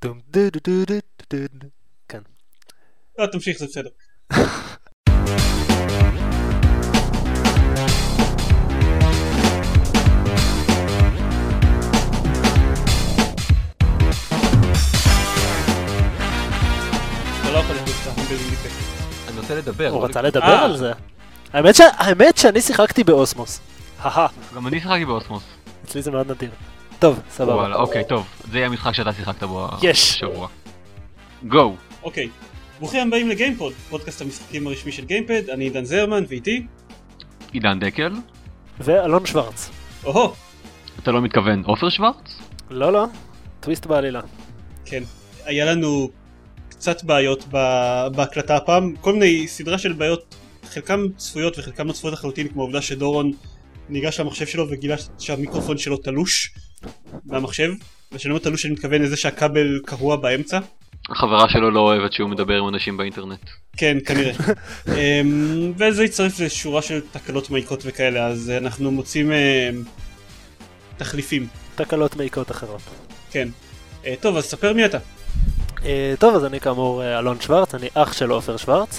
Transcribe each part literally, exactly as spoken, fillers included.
דום דו דו דו דו דו דו. כן. לא, תמשיך, זה בסדר. אני רוצה לדבר. הוא רצה לדבר על זה. האמת שאני שיחקתי באוסמוס. גם אני שיחקתי באוסמוס. אצלי זה מאוד נדיר. טוב, סבבה. וואלה, אוקיי, טוב. זה יהיה המשחק שאתה שיחקת בו יש. השבוע. גו. אוקיי. ברוכים הבאים לגיימפוד, פודקאסט המשחקים הרשמי של גיימפד. אני עידן זרמן, ואיתי עידן דקל. ואלון שוורץ. אוהו. אתה לא מתכוון עופר שוורץ? לא, לא. טוויסט בעלילה. כן. היה לנו קצת בעיות בהקלטה הפעם. כל מיני סדרה של בעיות, חלקם צפויות וחלקם לא צפויות לחלוטין, כמו העובדה שדורון ניגש למחשב שלו וגילה שהמיקרופון שלו תלוש מהמחשב. ושאני אומר תלוש, אני מתכוון לזה שהכבל קרוע באמצע. החברה שלו לא אוהבת שהוא מדבר עם אנשים באינטרנט. כן, כנראה. וזה יצטרף לשורה של תקלות מעיקות וכאלה, אז אנחנו מוצאים תחליפים. תקלות מעיקות אחרות. כן. טוב, אז ספר מי אתה. טוב, אז אני כאמור אלון שוורץ, אני אח של עופר שוורץ.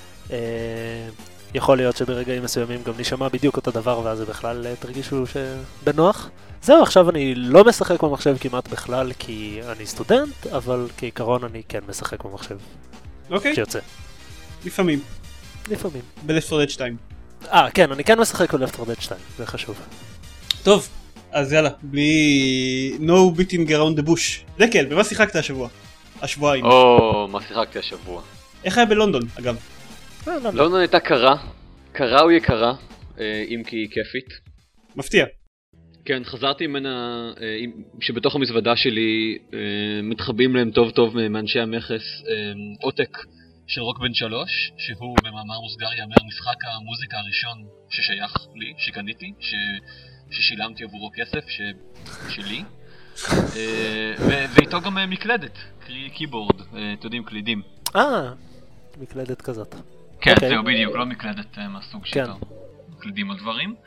יכול להיות שברגעים מסוימים גם נשמע בדיוק אותו דבר, ואז זה בכלל תרגישו שבנוח. זהו, עכשיו אני לא משחק במחשב כמעט בכלל, כי אני סטודנט, אבל כעיקרון אני כן משחק במחשב. אוקיי. שיוצא. לפעמים. לפעמים. ב-Left פור Dead שתיים. אה, כן, אני כן משחק ב-Left פור Dead שתיים, זה חשוב. טוב, אז יאללה, בלי no beating around the bush. דקל, במה שיחקת השבוע? השבועיים. או, מה שיחקתי השבוע? איך היה בלונדון, אגב? לונדון הייתה קרה, קרה או יקרה, אם כי היא כיפית. מפתיע. כן, חזרתי ממנה, שבתוך המזוודה שלי מתחבים להם טוב טוב מאנשי המכס עותק של רוק בן שלוש, שהוא במאמר מוסגר יאמר משחק המוזיקה הראשון ששייך לי, שקניתי, ששילמתי עבורו כסף, שלי, ואיתו גם מקלדת, קרי קיבורד, אתם יודעים, קלידים. אה, מקלדת כזאת. כן, זהו בדיוק, לא מקלדת מהסוג שאתה מקלידים על דברים.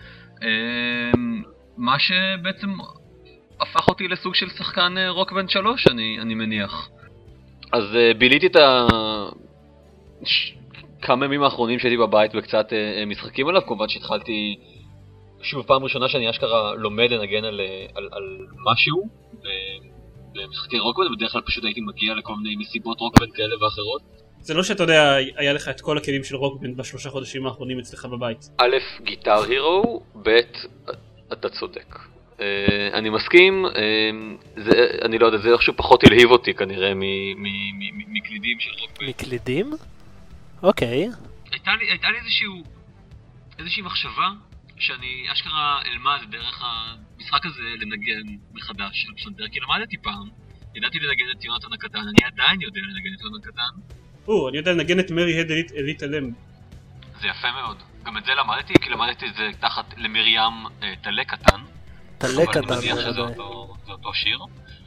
מה שבעצם הפך אותי לסוג של שחקן רוק בן שלוש, אני, אני מניח. אז ביליתי את ה... ש... כמה ימים האחרונים שהייתי בבית וקצת משחקים עליו, כמובן שהתחלתי שוב פעם ראשונה שאני אשכרה לומד לנגן על, על, על משהו במשחקי רוק בן, בדרך כלל פשוט הייתי מגיע לכל מיני מסיבות רוק בן כאלה ואחרות. זה לא שאתה יודע, היה לך את כל הכלים של רוק בן בשלושה חודשים האחרונים אצלך בבית. א', גיטר הירו, ב', אתה צודק. אני מסכים, אני לא יודע, זה איכשהו פחות הלהיב אותי כנראה מקלידים של רוק בן. מקלידים? אוקיי. הייתה לי איזושהי מחשבה שאני אשכרה אלמד דרך המשחק הזה לנגן מחדש על פסנתר, כי למדתי פעם, ידעתי לנגן את יונתן הקטן, אני עדיין יודע לנגן את יונתן הקטן. או, אני יודע לנגן את מרי הד אליט אלם. זה יפה מאוד. גם את זה למדתי, כי למדתי את זה תחת למרים תלה קטן. תלה קטן. אבל אני מניח שזה אותו שיר.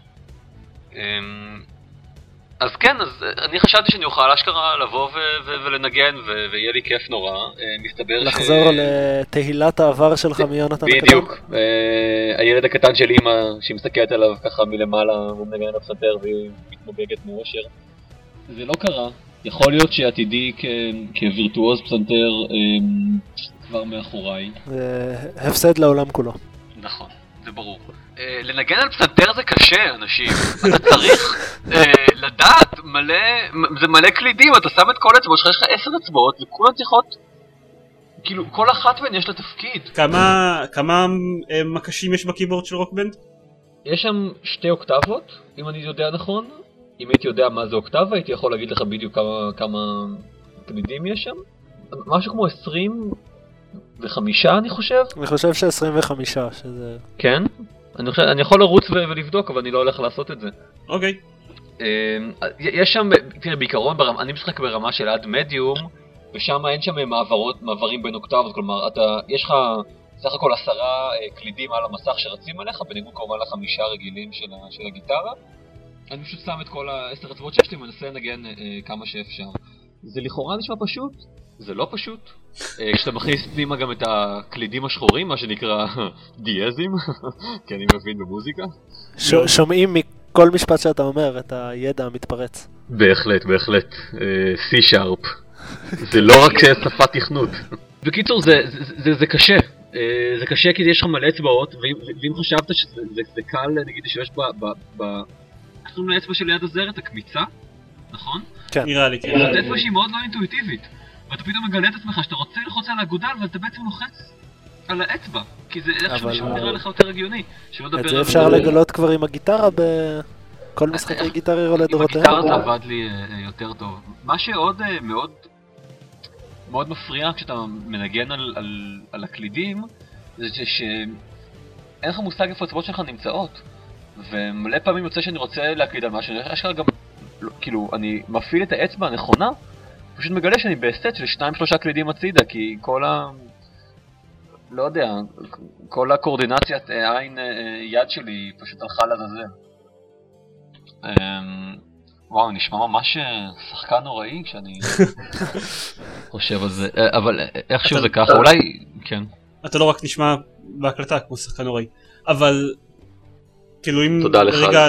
אז כן, אז אני חשבתי שאני אוכל אשכרה לבוא ולנגן, ויהיה לי כיף נורא. מסתבר ש... לחזור לתהילת העבר שלך מיונתן הקטן. בדיוק. הילד הקטן של אמא, שהיא מסתכלת עליו ככה מלמעלה, הוא מנגן על הפסנתר והיא מתמוגגת מאושר. זה לא קרה. יכול להיות שעתידי כווירטואוז פסנתר כבר מאחוריי. הפסד לעולם כולו. נכון, זה ברור. לנגן על פסנתר זה קשה, אנשים. אתה צריך לדעת מלא, זה מלא קלידים, אתה שם את כל האצבעות שלך, יש לך עשר אצבעות, וכולן צריכות, כאילו, כל אחת מהן יש לה תפקיד. כמה, כמה מקשים יש בקיבורד של רוק בנד? יש שם שתי אוקטבות, אם אני יודע נכון. אם הייתי יודע מה זה אוקטבה, הייתי יכול להגיד לך בדיוק כמה, כמה קלידים יש שם. משהו כמו עשרים וחמישה, אני חושב. אני חושב ש-עשרים וחמישה, שזה... כן? אני, חושב, אני יכול לרוץ ולבדוק, אבל אני לא הולך לעשות את זה. אוקיי. יש שם, תראה, בעיקרון, ברמה, אני משחק ברמה של עד מדיום, ושם אין שם מעברות, מעברים בין אוקטבות, כלומר, אתה, יש לך סך הכל עשרה קלידים על המסך שרצים עליך, בניגוד כמובן לחמישה רגילים של, של הגיטרה. אני פשוט שם את כל העשר אצבעות שיש לי ומנסה לנגן אה, כמה שאפשר. זה לכאורה נשמע פשוט, זה לא פשוט. אה, כשאתה מכניס פנימה גם את הקלידים השחורים, מה שנקרא דיאזים, כי אני מבין במוזיקה. ש- שומעים כל משפט שאתה אומר, את הידע המתפרץ. בהחלט, בהחלט. C-Sharp. זה לא רק שפה תכנות. בקיצור, זה, זה, זה, זה קשה. זה קשה כי יש לך מלא אצבעות, ואם חשבת שזה קל, נגיד, שיש ב... איך קוראים לאצבע של ליד הזר, את הקמיצה, נכון? כן. נראה לי, כן. זאת אצבע שהיא מאוד לא אינטואיטיבית. ואתה פתאום מגלה את עצמך שאתה רוצה ללחוץ על האגודל, ואתה בעצם לוחץ על האצבע. כי זה איכשהו שהוא נראה לך יותר הגיוני. את זה אפשר לגלות כבר עם הגיטרה בכל משחקי גיטרה או לדורותיהם. עם הגיטרה זה עבד לי יותר טוב. מה שעוד מאוד... מאוד מפריע כשאתה מנגן על, על, על הקלידים, זה שאין לך מושג איפה הצבעות שלך נמצאות. ומלא פעמים יוצא שאני רוצה להקליד על משהו, אני אשכרה גם, כאילו, אני מפעיל את האצבע הנכונה, פשוט מגלה שאני בסט של שניים שלושה קלידים הצידה, כי כל ה... לא יודע, כל הקורדינציית עין יד שלי פשוט הלכה לעזאזל. וואו, נשמע ממש שחקן נוראי כשאני חושב על זה, אבל איכשהו זה ככה, אולי, כן. אתה לא רק נשמע בהקלטה כמו שחקן נוראי, אבל כאילו אם לרגע,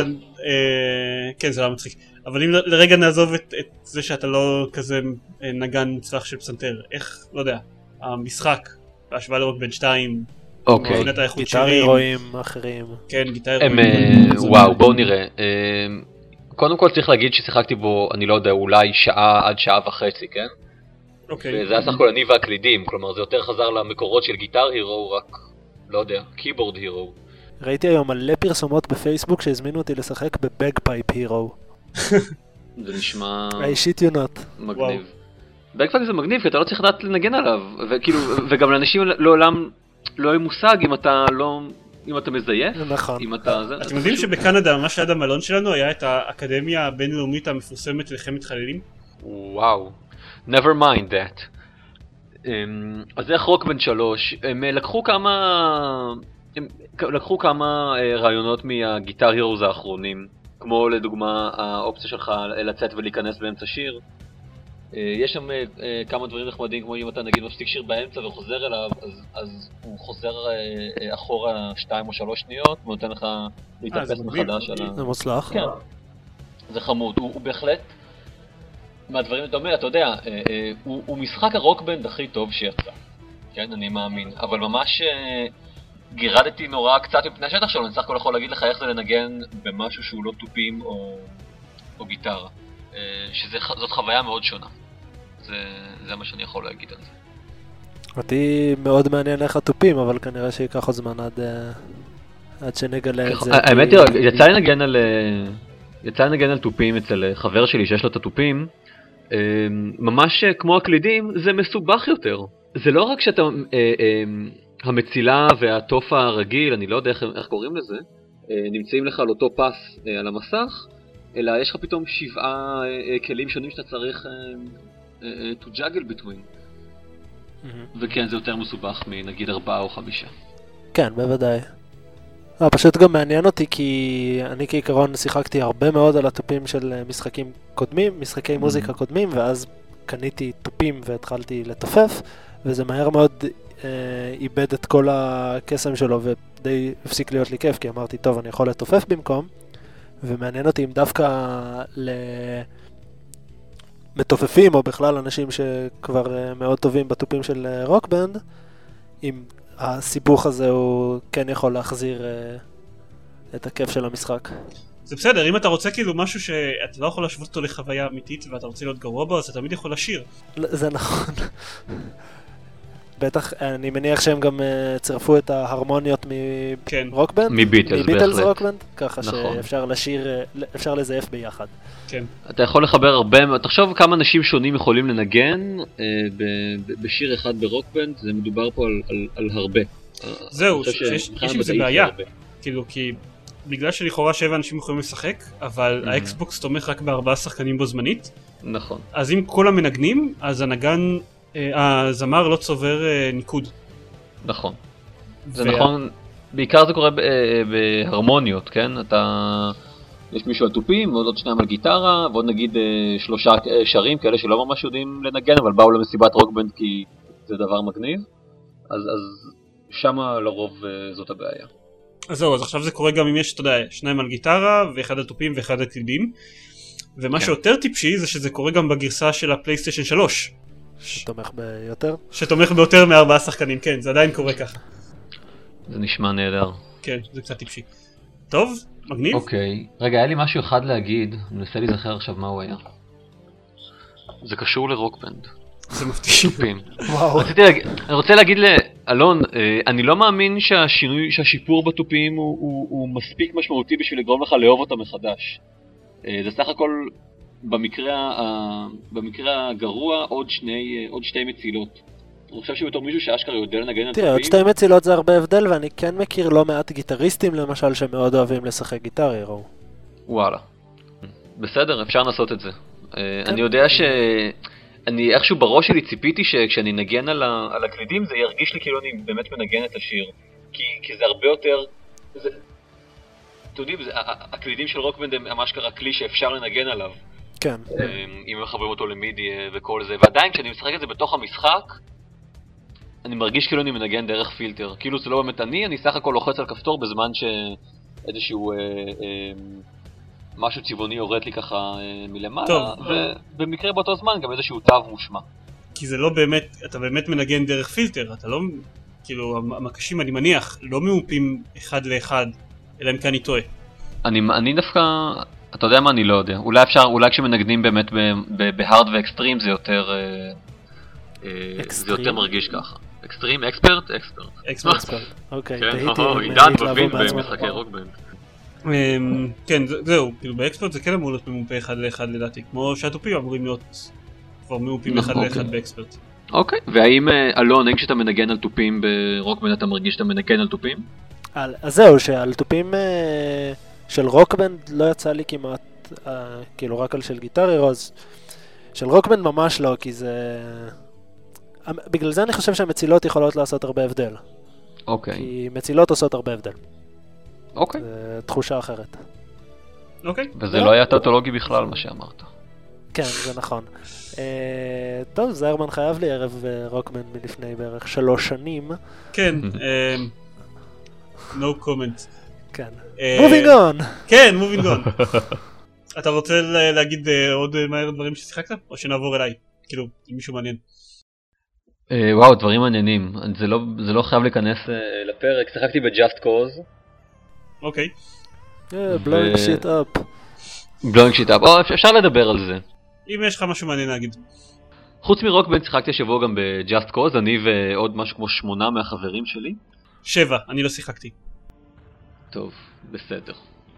כן זה לא מצחיק, אבל אם לרגע נעזוב את זה שאתה לא כזה נגן מוצלח של פסנתר, איך, לא יודע, המשחק, בהשוואה לרוק בן שתיים, אוקיי, גיטר הירואים אחרים, כן גיטר הירואים, וואו בואו נראה, קודם כל צריך להגיד ששיחקתי בו, אני לא יודע, אולי שעה עד שעה וחצי, כן? אוקיי. וזה היה סך הכל אני והקלידים, כלומר זה יותר חזר למקורות של גיטר הירו, רק, לא יודע, קיבורד הירו. ראיתי היום מלא פרסומות בפייסבוק שהזמינו אותי לשחק בבגפייפ הירו. זה נשמע... האישית יונות. מגניב. בגפייפ זה מגניב, כי אתה לא צריך לדעת לנגן עליו, וכאילו, וגם לאנשים לעולם לא יהיה מושג אם אתה לא... אם אתה מזייף, נכון. אם אתה... אתם יודעים שבקנדה, ממש ליד המלון שלנו, היה את האקדמיה הבינלאומית המפורסמת לחמת חללים? וואו, never mind that. אז איך רוק בן שלוש, הם לקחו כמה... הם לקחו כמה רעיונות מהגיטר הירוז האחרונים, כמו לדוגמה האופציה שלך לצאת ולהיכנס באמצע שיר. יש שם כמה דברים נחמדים, כמו אם אתה נגיד מפסיק שיר באמצע וחוזר אליו, אז, אז הוא חוזר אחורה שתיים או שלוש שניות, ונותן לך להתאפס מחדש על ה... זה מוצלח. כן, זה חמוד, הוא, הוא בהחלט, מהדברים אתה אומר, אתה יודע, הוא, הוא משחק הרוקבנד הכי טוב שיצא, כן, אני מאמין, אבל ממש גירדתי נורא קצת מפני השטח שלו, אני סך הכל יכול להגיד לך איך זה לנגן במשהו שהוא לא טופים או, או גיטרה, שזאת חוויה מאוד שונה. זה, זה מה שאני יכול להגיד על זה. אותי מאוד מעניין איך הטופים, אבל כנראה שיקח עוד זמן עד, עד שנגלה את זה. האמת היא, יצא לי לנגן על, יצא לי לנגן על טופים אצל חבר שלי שיש לו את הטופים, ממש כמו הקלידים, זה מסובך יותר. זה לא רק שאתה, המצילה והטוף הרגיל, אני לא יודע איך, איך קוראים לזה, נמצאים לך על אותו פס על המסך, אלא יש לך פתאום שבעה כלים שונים שאתה צריך to juggle between. וכן, זה יותר מסובך מנגיד ארבעה או חמישה. כן, בוודאי. פשוט גם מעניין אותי כי אני כעיקרון שיחקתי הרבה מאוד על הטופים של משחקים קודמים, משחקי מוזיקה קודמים, ואז קניתי טופים והתחלתי לתופף, וזה מהר מאוד איבד את כל הקסם שלו ודי הפסיק להיות לי כיף, כי אמרתי, טוב, אני יכול לתופף במקום, ומעניין אותי אם דווקא למתופפים או בכלל אנשים שכבר מאוד טובים בטופים של רוקבנד, אם הסיבוך הזה הוא כן יכול להחזיר את הכיף של המשחק. זה בסדר, אם אתה רוצה כאילו משהו שאתה לא יכול להשוות אותו לחוויה אמיתית ואתה רוצה להיות גרוע בו, אז אתה תמיד יכול לשיר. זה נכון. בטח, אני מניח שהם גם צירפו את ההרמוניות מרוקבנד, מביטלס רוקבנד, ככה שאפשר לשיר, אפשר לזייף ביחד. כן. אתה יכול לחבר הרבה, תחשוב כמה אנשים שונים יכולים לנגן בשיר אחד ברוקבנד, זה מדובר פה על הרבה. זהו, יש עם זה בעיה, כאילו, כי בגלל שלכאורה שבע אנשים יכולים לשחק, אבל האקסבוקס תומך רק בארבעה שחקנים בו זמנית. נכון. אז אם כל המנגנים, אז הנגן... הזמר לא צובר ניקוד. נכון. זה נכון, בעיקר זה קורה בהרמוניות, כן? אתה... יש מישהו על טופים, ועוד עוד שניים על גיטרה, ועוד נגיד שלושה שרים כאלה שלא ממש יודעים לנגן, אבל באו למסיבת רוקבנד כי זה דבר מגניב. אז, אז שמה לרוב זאת הבעיה. אז זהו, אז עכשיו זה קורה גם אם יש, אתה יודע, שניים על גיטרה ואחד על תופים ואחד על קלידים. ומה כן. שיותר טיפשי זה שזה קורה גם בגרסה של הפלייסטיישן שלוש. שתומך ביותר? שתומך ביותר מארבעה שחקנים, כן, זה עדיין קורה ככה. זה נשמע נהדר. כן, זה קצת טיפשי. טוב, מגניב. אוקיי, רגע, היה לי משהו אחד להגיד, אני מנסה להיזכר עכשיו מה הוא היה. זה קשור לרוקבנד. זה מפתיע. שופים. וואו. רציתי להגיד, אני רוצה להגיד לאלון, אני לא מאמין שהשינוי, שהשיפור בתופים הוא, הוא, הוא מספיק משמעותי בשביל לגרום לך לאהוב אותם מחדש. זה סך הכל במקרה, במקרה הגרוע עוד שני, עוד שתי מצילות. אני חושב שבתור מישהו שאשכרה יודע לנגן על תופים... תראה, עוד שתי מצילות זה הרבה הבדל, ואני כן מכיר לא מעט גיטריסטים למשל שמאוד אוהבים לשחק גיטר הירו. וואלה. בסדר, אפשר לעשות את זה. אני יודע ש... אני איכשהו בראש שלי ציפיתי שכשאני נגן על, ה... על הקלידים זה ירגיש לי כאילו אני באמת מנגן את השיר. כי, כי זה הרבה יותר... זה... אתם יודעים, הקלידים של רוקבנד הם ממש כרה כלי שאפשר לנגן עליו. כן. אם מחברים אותו למידי וכל זה. ועדיין כשאני משחק את זה בתוך המשחק, אני מרגיש כאילו אני מנגן דרך פילטר. כאילו זה לא באמת אני, אני סך הכל לוחץ על כפתור בזמן שאיזשהו... אה, אה, משהו צבעוני יורד לי ככה אה, מלמעלה, ובמקרה באותו זמן גם איזשהו תו מושמע. כי זה לא באמת, אתה באמת מנגן דרך פילטר, אתה לא, כאילו, המקשים אני מניח, לא ממופים אחד לאחד, אלא אם כן אני טועה. אני, אני דווקא, אתה יודע מה, אני לא יודע. אולי אפשר, אולי כשמנגנים באמת בהארד ואקסטרים זה יותר, אה, אה, זה יותר מרגיש ככה. אקסטרים, אקספרט, אקספרט. אקספרט, אוקיי, תהיתי אם עידן מבין במשחקי רוקבנד. כן, זהו, כאילו באקספרט זה כן אמור להיות ממופה אחד לאחד לדעתי, כמו שהתופים אמורים להיות כבר ממופים אחד לאחד באקספרט. אוקיי, והאם אלון, האם כשאתה מנגן על תופים ברוקבנד אתה מרגיש שאתה מנגן על תופים? אז זהו, שעל תופים של רוקבנד לא יצא לי כמעט, כאילו רק על של גיטר הירו, אז של רוקבנד ממש לא, כי זה... בגלל זה אני חושב שהמצילות יכולות לעשות הרבה הבדל. אוקיי. כי מצילות עושות הרבה הבדל. אוקיי. זה תחושה אחרת. אוקיי. וזה לא היה טוטולוגי בכלל מה שאמרת. כן, זה נכון. טוב, זיירמן חייב לי ערב רוקמן מלפני בערך שלוש שנים. כן. no comment. כן. moving on. כן, moving on. אתה רוצה להגיד עוד מהר דברים ששיחקת? או שנעבור אליי? כאילו, אם מישהו מעניין. וואו, דברים מעניינים. זה לא חייב להיכנס לפרק. שיחקתי ב-Just Cause. אוקיי. blowing shit up. blowing shit up. או, אפשר לדבר על זה. אם יש לך משהו מעניין להגיד. חוץ מרוקבנד שיחקתי השבוע גם ב-Just Cause, אני ועוד משהו כמו שמונה מהחברים שלי. שבע, אני לא שיחקתי. טוב, בסדר.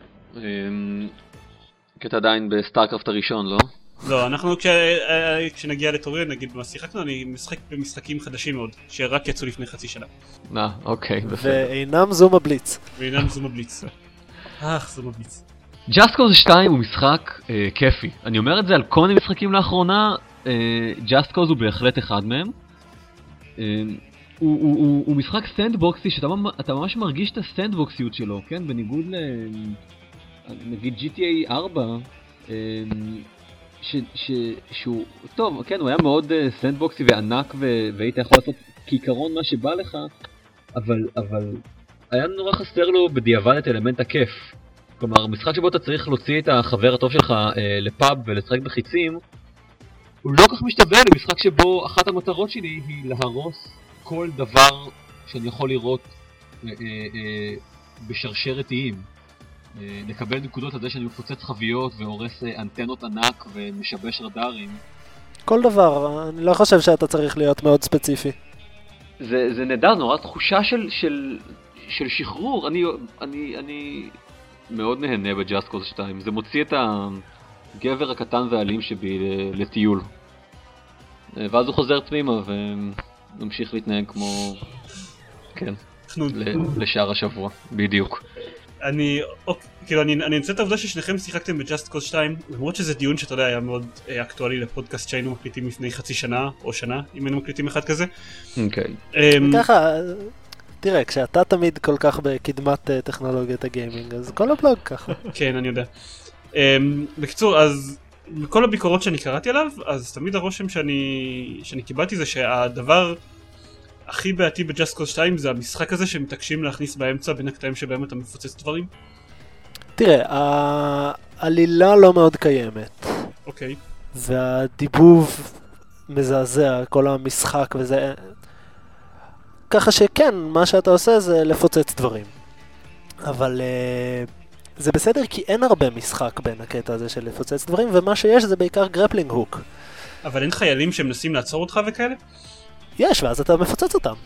כי אתה עדיין בסטארקראפט הראשון, לא? לא, אנחנו כשנגיע לתורי נגיד מה שיחקנו, אני משחק במשחקים חדשים מאוד, שרק יצאו לפני חצי שנה. אה, אוקיי, בסדר. ואינם זום הבליץ. ואינם זום הבליץ. אך, זום הבליץ. Just Cause שתיים הוא משחק אה, כיפי. אני אומר את זה על כל מיני משחקים לאחרונה, אה, Just Cause הוא בהחלט אחד מהם. אה, הוא, הוא, הוא, הוא משחק סנדבוקסי שאתה ממש מרגיש את הסנדבוקסיות שלו, כן? בניגוד ל... נגיד ג'י טי איי ארבע, אה, ש, ש, שהוא... טוב, כן, הוא היה מאוד אה, סנדבוקסי וענק ו, והיית יכול לעשות כעיקרון מה שבא לך, אבל, אבל היה נורא חסר לו בדיעבד את אלמנט הכיף. כלומר, משחק שבו אתה צריך להוציא את החבר הטוב שלך אה, לפאב ולשחק בחיצים, הוא לא כך משתווה למשחק שבו אחת המטרות שלי היא להרוס כל דבר שאני יכול לראות אה, אה, בשרשרת איים. אה, לקבל נקודות על זה שאני מפוצץ חביות והורס אה, אנטנות ענק ומשבש רדארים. כל דבר, אני לא חושב שאתה צריך להיות מאוד ספציפי. זה, זה נדע, נורא תחושה של, של, של שחרור. אני, אני, אני... מאוד נהנה ב-Just Cause שתיים, זה מוציא את הגבר הקטן והאלים שבי לטיול. ואז הוא חוזר פנימה וממשיך להתנהג כמו... כן, לשאר השבוע, בדיוק. אני, כאילו, אני אנצא את העובדה ששניכם שיחקתם ב-Just Cause שתיים, למרות שזה דיון שאתה יודע היה מאוד אקטואלי לפודקאסט שהיינו מקליטים לפני חצי שנה או שנה, אם היינו מקליטים אחד כזה. אוקיי. ככה... תראה, כשאתה תמיד כל כך בקדמת טכנולוגיית הגיימינג, אז כל הבלוג ככה. כן, אני יודע. בקיצור, אז בכל הביקורות שאני קראתי עליו, אז תמיד הרושם שאני, שאני קיבלתי זה שהדבר הכי בעייתי ב-Just Cause שתיים זה המשחק הזה שמתעקשים להכניס באמצע בין הקטעים שבהם אתה מפוצץ דברים. תראה, העלילה לא מאוד קיימת. אוקיי. והדיבוב מזעזע, כל המשחק וזה... ככה שכן, מה שאתה עושה זה לפוצץ דברים. אבל uh, זה בסדר כי אין הרבה משחק בין הקטע הזה של לפוצץ דברים, ומה שיש זה בעיקר גרפלינג הוק. אבל אין חיילים שמנסים לעצור אותך וכאלה? יש, ואז אתה מפוצץ אותם.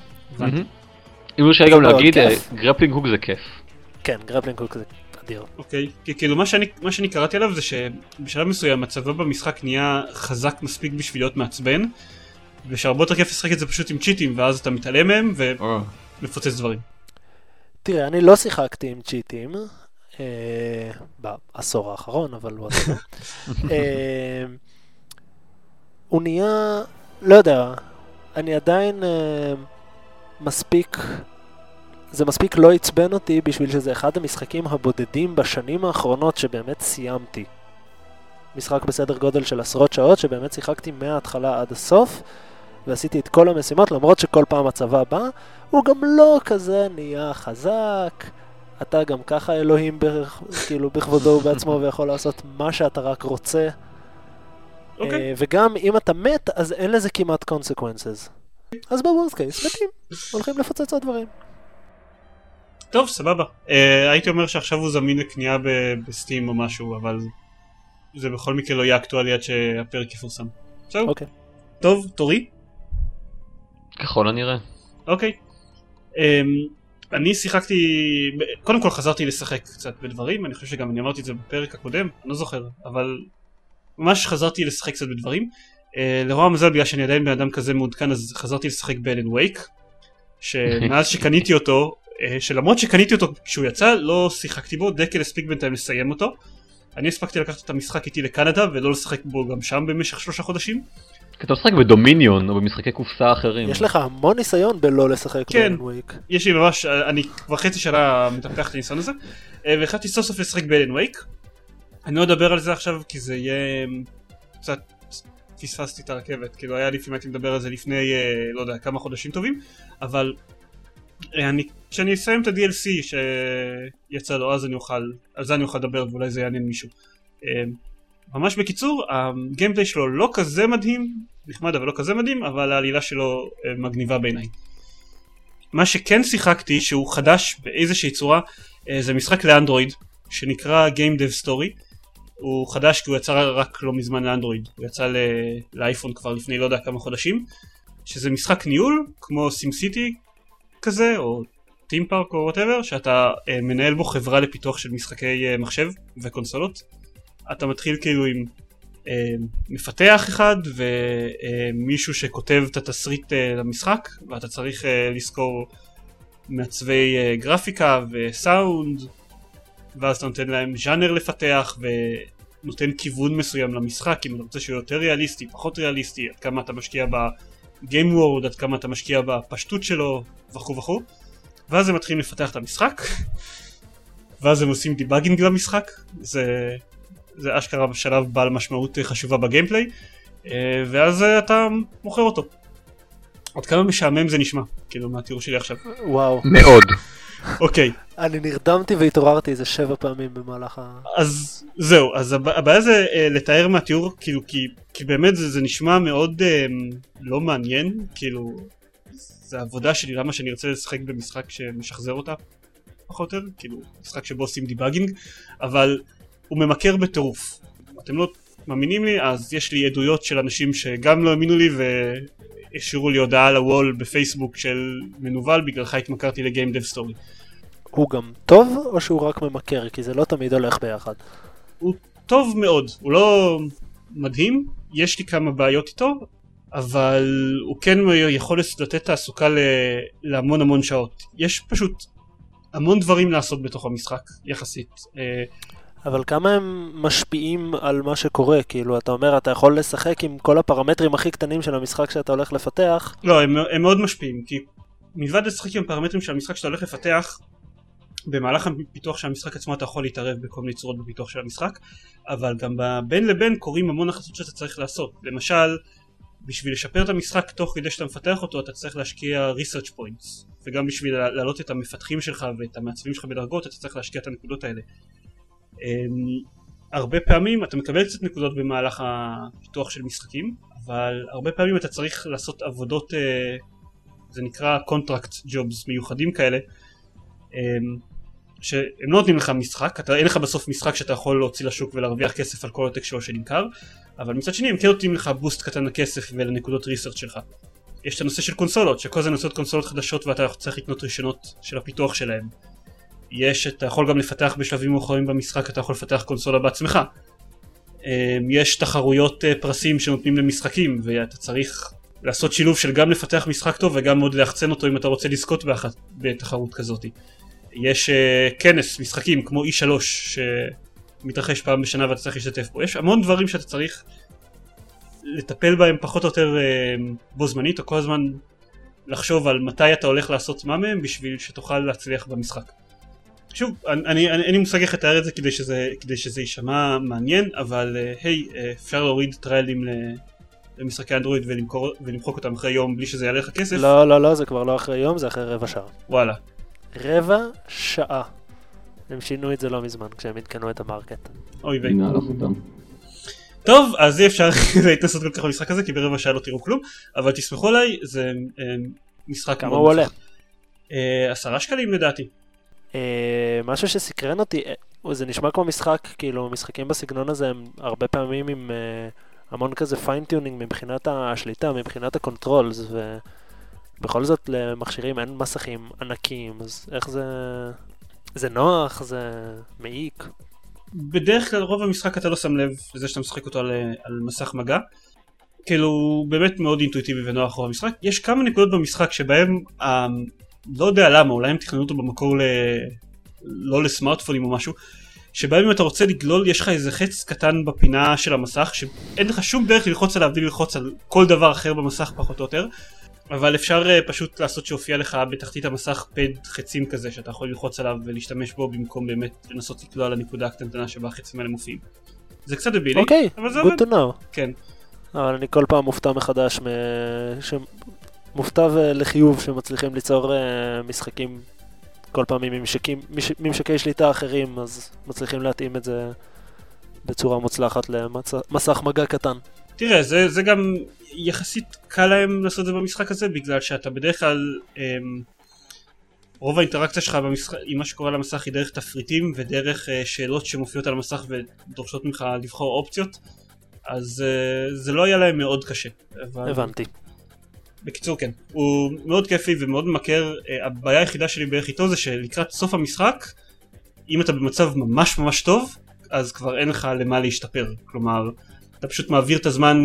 אם אפשר גם להגיד, גרפלינג הוק זה כיף. כן, גרפלינג הוק זה אדיר. אוקיי, כי כאילו מה שאני, מה שאני קראתי עליו זה שבשלב מסוים מצבו במשחק נהיה חזק מספיק בשביל להיות מעצבן, ושהרבה יותר כיף לשחק את זה פשוט עם צ'יטים, ואז אתה מתעלם מהם ומפוצץ דברים. תראה, אני לא שיחקתי עם צ'יטים אה, בעשור האחרון, אבל הוא עשור. אה, הוא נהיה, לא יודע, אני עדיין אה, מספיק, זה מספיק לא עצבן אותי בשביל שזה אחד המשחקים הבודדים בשנים האחרונות שבאמת סיימתי. משחק בסדר גודל של עשרות שעות שבאמת שיחקתי מההתחלה עד הסוף, ועשיתי את כל המשימות, למרות שכל פעם הצבא בא, הוא גם לא כזה נהיה חזק, אתה גם ככה אלוהים בכ... כאילו בכבודו ובעצמו ויכול לעשות מה שאתה רק רוצה. Okay. Uh, וגם אם אתה מת, אז אין לזה כמעט consequences. אז בוורסט קייס, מתים, הולכים לפוצץ עוד דברים. טוב, סבבה. Uh, הייתי אומר שעכשיו הוא זמין לקנייה ב- בסטים או משהו, אבל זה בכל מקרה לא יהיה אקטואלי עד שהפרק יפורסם. זהו. אוקיי. Okay. טוב, תורי? ככל הנראה. אוקיי. Um, אני שיחקתי, קודם כל חזרתי לשחק קצת בדברים, אני חושב שגם אני אמרתי את זה בפרק הקודם, אני לא זוכר, אבל ממש חזרתי לשחק קצת בדברים. Uh, לרוע המזל, בגלל שאני עדיין בן אדם כזה מעודכן, אז חזרתי לשחק באלן וייק, שמאז שקניתי אותו, uh, שלמרות שקניתי אותו כשהוא יצא, לא שיחקתי בו, דקל הספיק בינתיים לסיים אותו. אני הספקתי לקחת את המשחק איתי לקנדה, ולא לשחק בו גם שם במשך שלושה חודשים. כי אתה משחק בדומיניון או במשחקי קופסה אחרים. יש לך המון ניסיון בלא לשחק כן, באלן וייק. יש לי ממש, אני כבר חצי שנה מטפח את הניסיון הזה, והחלטתי סוף סוף לשחק באלן וייק. אני לא אדבר על זה עכשיו כי זה יהיה קצת, פספסתי את הרכבת, כאילו היה לי, אם הייתי מדבר על זה לפני, לא יודע, כמה חודשים טובים, אבל אני, כשאני אסיים את ה-די אל סי שיצא לו, אז אני אוכל, על זה אני אוכל לדבר ואולי זה יעניין מישהו. ממש בקיצור, הגיימפליי שלו לא כזה מדהים, נחמד אבל לא כזה מדהים, אבל העלילה שלו מגניבה בעיניי. מה שכן שיחקתי, שהוא חדש באיזושהי צורה, זה משחק לאנדרואיד, שנקרא Game Dev Story. הוא חדש כי הוא יצא רק לא מזמן לאנדרואיד, הוא יצא לאייפון כבר לפני לא יודע כמה חודשים, שזה משחק ניהול, כמו SimCity כזה, או Team Park או whatever, שאתה מנהל בו חברה לפיתוח של משחקי מחשב וקונסולות. אתה מתחיל כאילו עם אה, מפתח אחד ומישהו אה, שכותב את התסריט אה, למשחק, ואתה צריך אה, לזכור מעצבי אה, גרפיקה וסאונד, ואז אתה נותן להם ז'אנר לפתח ונותן כיוון מסוים למשחק, אם אתה רוצה שהוא יותר ריאליסטי, פחות ריאליסטי, עד כמה אתה משקיע בגיים וורד, עד כמה אתה משקיע בפשטות שלו וכו' וכו'. ואז הם מתחילים לפתח את המשחק, ואז הם עושים דיבאגינג למשחק, זה... זה אשכרה בשלב בעל משמעות חשובה בגיימפליי, ואז אתה מוכר אותו. עוד כמה משעמם זה נשמע, כאילו מהתיאור שלי עכשיו. וואו. מאוד. אוקיי. אני נרדמתי והתעוררתי איזה שבע פעמים במהלך ה... אז זהו, אז הבעיה זה לתאר מהתיאור, כאילו, כי, כי באמת זה, זה נשמע מאוד לא מעניין, כאילו, זה העבודה שלי, למה שאני ארצה לשחק במשחק שמשחזר אותה, פחות או יותר, כאילו, משחק שבו עושים דיבאגינג, אבל... הוא ממכר בטירוף. אתם לא מאמינים לי, אז יש לי עדויות של אנשים שגם לא האמינו לי והשאירו לי הודעה על הוול בפייסבוק של מנוול, בגללך התמכרתי לגיים דב סטורי. הוא גם טוב או שהוא רק ממכר? כי זה לא תמיד הולך ביחד. הוא טוב מאוד, הוא לא מדהים, יש לי כמה בעיות איתו, אבל הוא כן יכול לתת תעסוקה להמון המון שעות. יש פשוט המון דברים לעשות בתוך המשחק, יחסית. אבל כמה הם משפיעים על מה שקורה? כאילו, אתה אומר, אתה יכול לשחק עם כל הפרמטרים הכי קטנים של המשחק שאתה הולך לפתח? לא, הם, הם מאוד משפיעים, כי מלבד לשחק עם הפרמטרים של המשחק שאתה הולך לפתח, במהלך הפיתוח של המשחק עצמו אתה יכול להתערב בכל מיני צורות בפיתוח של המשחק, אבל גם בין לבין קוראים המון החלטות שאתה צריך לעשות. למשל, בשביל לשפר את המשחק תוך כדי שאתה מפתח אותו אתה צריך להשקיע research points, וגם בשביל להעלות את המפתחים שלך ואת המעצבים שלך בדרגות אתה צריך להשקיע את הנקודות האלה. הרבה פעמים אתה מקבל קצת נקודות במהלך הפיתוח של משחקים, אבל הרבה פעמים אתה צריך לעשות עבודות, זה נקרא contract jobs מיוחדים כאלה, שהם לא נותנים לך משחק, אתה, אין לך בסוף משחק שאתה יכול להוציא לשוק ולהרוויח כסף על כל עותק שלו שנמכר, אבל מצד שני הם כן נותנים לך בוסט קטן לכסף ולנקודות ריסרצ' שלך. יש את הנושא של קונסולות, שכל זה נוצאות קונסולות חדשות ואתה צריך לקנות רישיונות של הפיתוח שלהם. יש, אתה יכול גם לפתח בשלבים מאוחרים במשחק, אתה יכול לפתח קונסולה בעצמך. יש תחרויות פרסים שנותנים למשחקים, ואתה צריך לעשות שילוב של גם לפתח משחק טוב וגם עוד להחצן אותו אם אתה רוצה לזכות באחת בתחרות כזאת. יש כנס משחקים כמו אי שלוש שמתרחש פעם בשנה ואתה צריך להשתתף בו. יש המון דברים שאתה צריך לטפל בהם פחות או יותר בו זמנית, או כל הזמן לחשוב על מתי אתה הולך לעשות מה מהם בשביל שתוכל להצליח במשחק. שוב, אני, אני, אני מושג איך לתאר את זה כדי שזה, כדי שזה יישמע מעניין, אבל היי, אפשר להוריד טריילים למשחקי אנדרואיד ולמכור, ולמחוק אותם אחרי יום בלי שזה יעלה לך כסף? לא, לא, לא, זה כבר לא אחרי יום, זה אחרי רבע שעה. וואלה. רבע שעה. הם שינו את זה לא מזמן, כשהם התקנו את המרקט. אוי ויי. הנה, הלך אותם. טוב, אז אי אפשר להתנסות כל כך במשחק הזה, כי ברבע שעה לא תראו כלום, אבל תסמכו עליי, זה משחק... כמה הוא עולה? עשרה שקלים לדעתי. משהו שסקרן אותי, זה נשמע כמו משחק, כאילו משחקים בסגנון הזה הם הרבה פעמים עם המון כזה פיינטיונינג מבחינת השליטה, מבחינת הקונטרולס, ובכל זאת למכשירים אין מסכים ענקיים, אז איך זה... זה נוח, זה מעיק. בדרך כלל רוב המשחק אתה לא שם לב לזה שאתה משחק אותו על, על מסך מגע, כאילו באמת מאוד אינטואיטיבי ונוח רוב המשחק. יש כמה נקודות במשחק שבהם לא יודע למה, אולי הם תכננו אותו במקור ל... לא לסמארטפונים או משהו, שבהם אם אתה רוצה לגלול יש לך איזה חץ קטן בפינה של המסך שאין לך שום דרך ללחוץ עליו בלי ללחוץ על כל דבר אחר במסך פחות או יותר, אבל אפשר uh, פשוט לעשות שהופיע לך בתחתית המסך פד חצים כזה שאתה יכול ללחוץ עליו ולהשתמש בו במקום באמת לנסות לקלוע על הנקודה הקטנטנה שבה החצים האלה מופיעים. זה קצת דבילי, okay, אבל זה עובד. good to know. כן. אבל אני כל פעם מופתע מחדש, מ... ש... מופתע לחיוב שמצליחים ליצור משחקים כל פעם עם ממשקים, ממשקי שליטה אחרים, אז מצליחים להתאים את זה בצורה מוצלחת למסך מגע קטן. תראה, זה, זה גם יחסית קל להם לעשות את זה במשחק הזה, בגלל שאתה בדרך כלל, אמ, רוב האינטראקציה שלך במשחק, עם מה שקורה על המסך היא דרך תפריטים ודרך אה, שאלות שמופיעות על המסך ודורשות ממך לבחור אופציות, אז אה, זה לא היה להם מאוד קשה. אבל... הבנתי. בקיצור כן, הוא מאוד כיפי ומאוד ממכר. הבעיה היחידה שלי בערך איתו זה שלקראת סוף המשחק, אם אתה במצב ממש ממש טוב, אז כבר אין לך למה להשתפר. כלומר, אתה פשוט מעביר את הזמן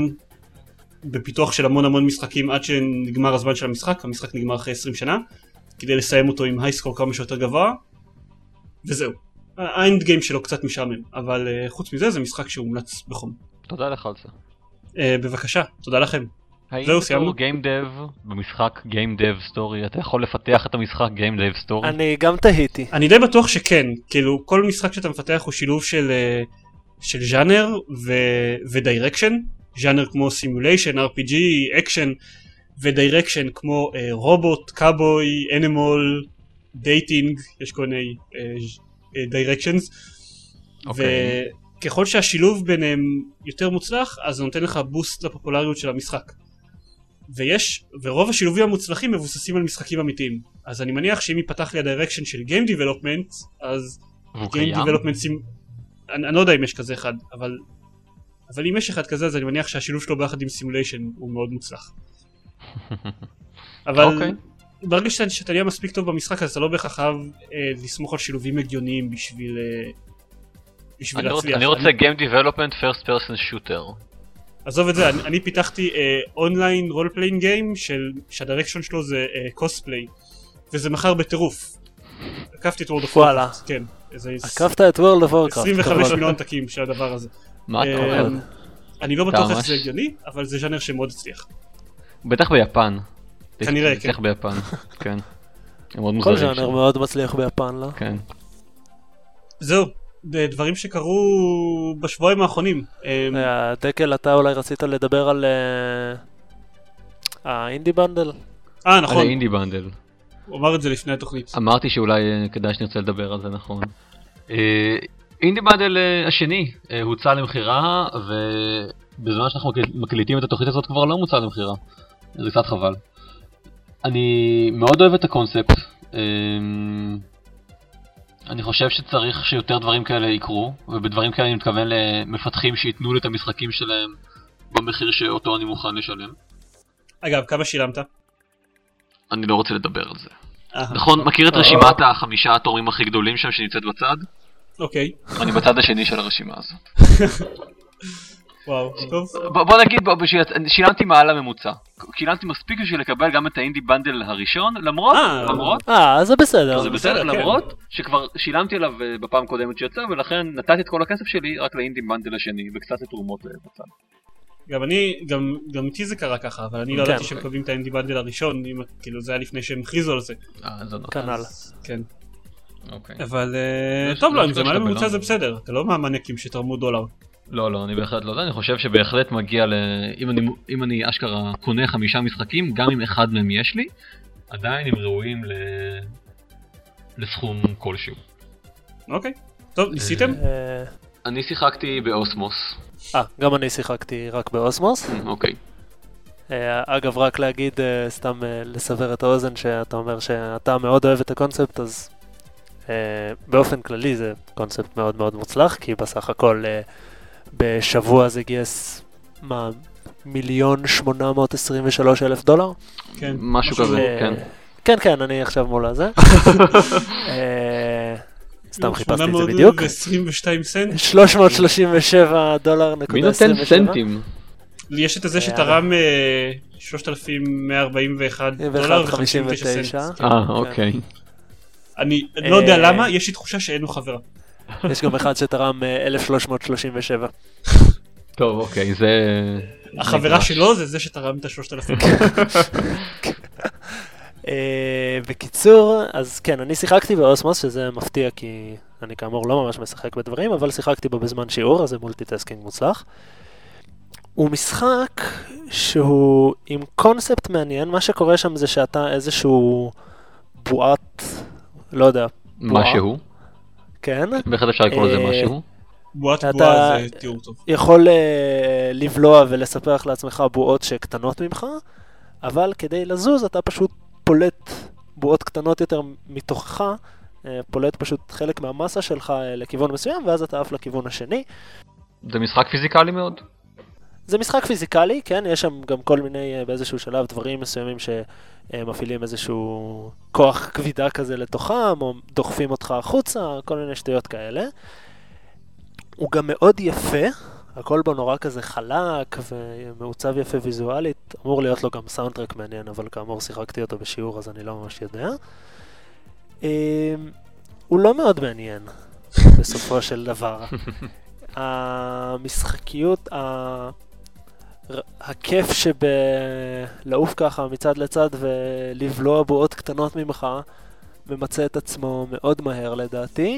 בפיתוח של המון המון משחקים עד שנגמר הזמן של המשחק, המשחק נגמר אחרי עשרים שנה, כדי לסיים אותו עם הייסקור כמה שיותר גבוה, וזהו. האנד גיים שלו קצת משעמם, אבל חוץ מזה זה משחק שהומלץ בחום. תודה לך על זה. בבקשה, תודה לכם. האם בתור גיים דב במשחק גיים דב סטורי אתה יכול לפתח את המשחק גיים דב סטורי? אני גם תהיתי. אני די בטוח שכן, כאילו כל משחק שאתה מפתח הוא שילוב של של ז'אנר ודיירקשן, ז'אנר כמו סימוליישן, אר פי ג'י, אקשן, ודיירקשן כמו רובוט, קאבוי, אנימול, דייטינג, יש כל מיני דיירקשנס, וככל שהשילוב ביניהם יותר מוצלח אז זה נותן לך בוסט לפופולריות של המשחק. ויש, ורוב השילובים המוצלחים מבוססים על משחקים אמיתיים. אז אני מניח שאם ייפתח לי הדירקשן של Game Development, אז Game Development, אני, אני לא יודע אם יש כזה אחד, אבל, אבל אם יש אחד כזה, אז אני מניח שהשילוב שלו ביחד עם סימוליישן הוא מאוד מוצלח. אבל okay. ברגע שאתה, שאתה נהיה מספיק טוב במשחק, אז אתה לא בהכרח חייב אה, לסמוך על שילובים הגיוניים בשביל, אה, בשביל אני להצליח. אני רוצה אני... Game Development First Person Shooter. עזוב את זה, אני, אני פיתחתי אונליין רול פליינג גיים שהדירקשן שלו זה קוספליי, וזה מחר בטירוף. עקפתי את World of Warcraft, כן. עקפת את World of Warcraft. עשרים וחמישה מיליון עתקים של הדבר הזה. מה אתה אומר? אני לא בטוח איך זה הגיוני, אבל זה ז'אנר שמאוד הצליח. בטח ביפן. כנראה, כן. בטח ביפן, כן. כל ז'אנר מאוד מצליח ביפן, לא? כן. זהו. דברים שקרו בשבועיים האחרונים. דקל, אתה אולי רצית לדבר על האינדי בנדל. אה, נכון. על האינדי בנדל. הוא אמר את זה לפני התוכנית. אמרתי שאולי כדאי שנרצה לדבר על זה, נכון. אינדי בנדל השני הוצא למחירה, ובזמן שאנחנו מקליטים את התוכנית הזאת כבר לא מוצא למחירה. זה קצת חבל. אני מאוד אוהב את הקונספט. אני חושב שצריך שיותר דברים כאלה יקרו, ובדברים כאלה אני מתכוון למפתחים שיתנו לי את המשחקים שלהם במחיר שאותו אני מוכן לשלם. אגב, כמה שילמת? אני לא רוצה לדבר על זה. נכון, מכיר את רשימת החמישה התורמים הכי גדולים שם שנמצאת בצד? אוקיי. אני בצד השני של הרשימה הזאת. וואו, טוב. בוא נגיד, שילמתי מעל הממוצע. שילמתי מספיק בשביל לקבל גם את האינדי בנדל הראשון, למרות, למרות, אה, זה בסדר. זה בסדר, למרות שכבר שילמתי עליו בפעם קודמת שיצא, ולכן נתתי את כל הכסף שלי רק לאינדי בנדל השני, וקצת לתרומות בצד. גם אני, גם איתי זה קרה ככה, אבל אני לא ידעתי שהם מקבלים את האינדי בנדל הראשון, כאילו זה היה לפני שהם הכריזו על זה. אה, זה נכון. כנ"ל. כן. אוקיי. אבל טוב לו, אם זה מעלה ממוצע זה בסדר, אתה לא מהמנקים שתרמו דולר. לא, לא, אני בהחלט לא יודע, אני חושב שבהחלט מגיע ל... אם אני, אם אני אשכרה קונה חמישה משחקים, גם אם אחד מהם יש לי, עדיין הם ראויים ל... לסכום כלשהו. אוקיי, טוב, ניסיתם? אני שיחקתי באוסמוס. אה, גם אני שיחקתי רק באוסמוס. אוקיי. אגב, רק להגיד, סתם לסבר את האוזן, שאתה אומר שאתה מאוד אוהב את הקונספט, אז באופן כללי זה קונספט מאוד מאוד מוצלח, כי בסך הכל בשבוע זה גייס, מה, מיליון שמונה מאות עשרים ושלוש אלף דולר? כן. משהו כזה, כן. כן, כן, אני עכשיו מול הזה. סתם חיפשתי את זה בדיוק. שמונה מאות עשרים ושתיים סנט? שלוש מאות שלושים ושבע דולר נקודה עשרים ושבע. מי נותן סנטים? יש את זה שתרם שלושת אלפים מאה ארבעים ואחד דולר וחמישים ותשע סנט. אה, אוקיי. אני לא יודע למה, יש לי תחושה שאין לו חברה. יש גם אחד שתרם אלף שלוש מאות שלושים ושבע. טוב, אוקיי, זה... החברה שלו זה זה שתרם את ה-שלושת אלפים. בקיצור, אז כן, אני שיחקתי באוסמוס, שזה מפתיע כי אני כאמור לא ממש משחק בדברים, אבל שיחקתי בו בזמן שיעור, אז זה מולטיטסקינג מוצלח. הוא משחק שהוא עם קונספט מעניין, מה שקורה שם זה שאתה איזשהו בועת, לא יודע, בועה. משהו. כן. בהחלט אפשר לקרוא לזה משהו. בועת בועה זה תיאור טוב. יכול לבלוע ולספח לעצמך בועות שקטנות ממך, אבל כדי לזוז אתה פשוט פולט בועות קטנות יותר מתוכך, פולט פשוט חלק מהמסה שלך לכיוון מסוים, ואז אתה עף לכיוון השני. זה משחק פיזיקלי מאוד. זה משחק פיזיקלי, כן, יש שם גם כל מיני באיזשהו שלב דברים מסוימים שמפעילים איזשהו כוח כבידה כזה לתוכם, או דוחפים אותך החוצה, כל מיני שטויות כאלה. הוא גם מאוד יפה, הכל בו נורא כזה חלק ומעוצב יפה ויזואלית, אמור להיות לו גם סאונדטרק מעניין, אבל כאמור שיחקתי אותו בשיעור אז אני לא ממש יודע. הוא לא מאוד מעניין בסופו של דבר. המשחקיות, הכיף שבלעוף ככה מצד לצד ולבלוע בועות קטנות ממך, ממצא את עצמו מאוד מהר לדעתי.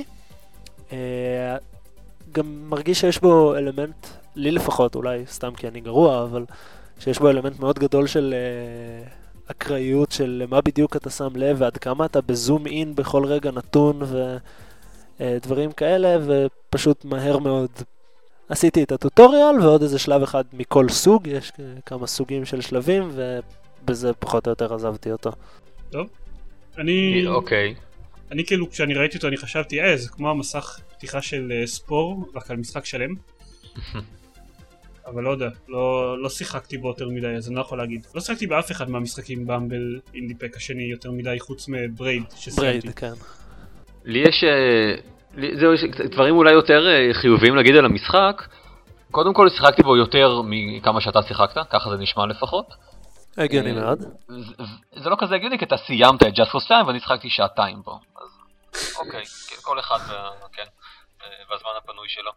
גם מרגיש שיש בו אלמנט, לי לפחות, אולי סתם כי אני גרוע, אבל שיש בו אלמנט מאוד גדול של uh, אקראיות, של מה בדיוק אתה שם לב, ועד כמה אתה בזום אין בכל רגע נתון ודברים uh, כאלה, ופשוט מהר מאוד עשיתי את הטוטוריאל, ועוד איזה שלב אחד מכל סוג, יש כמה סוגים של שלבים, ובזה פחות או יותר עזבתי אותו. טוב, אני... אוקיי. אני כאילו, כשאני ראיתי אותו, אני חשבתי, אה, זה כמו המסך פתיחה של ספור, רק על משחק שלם. אבל לא יודע, לא, לא שיחקתי בו יותר מדי, אז אני לא יכול להגיד. לא שיחקתי באף אחד מהמשחקים באמבל אינדיפק השני יותר מדי, חוץ מברייד שסיימתי. ברייד, כן. לי יש... זהו, דברים אולי יותר חיוביים להגיד על המשחק. קודם כל שיחקתי בו יותר מכמה שאתה שיחקת, ככה זה נשמע לפחות. הגיוני מאוד. זה לא כזה הגיוני, כי אתה סיימת את Just Cause שתיים ואני שיחקתי שעתיים בו. אז אוקיי, כל אחד והזמן הפנוי שלו.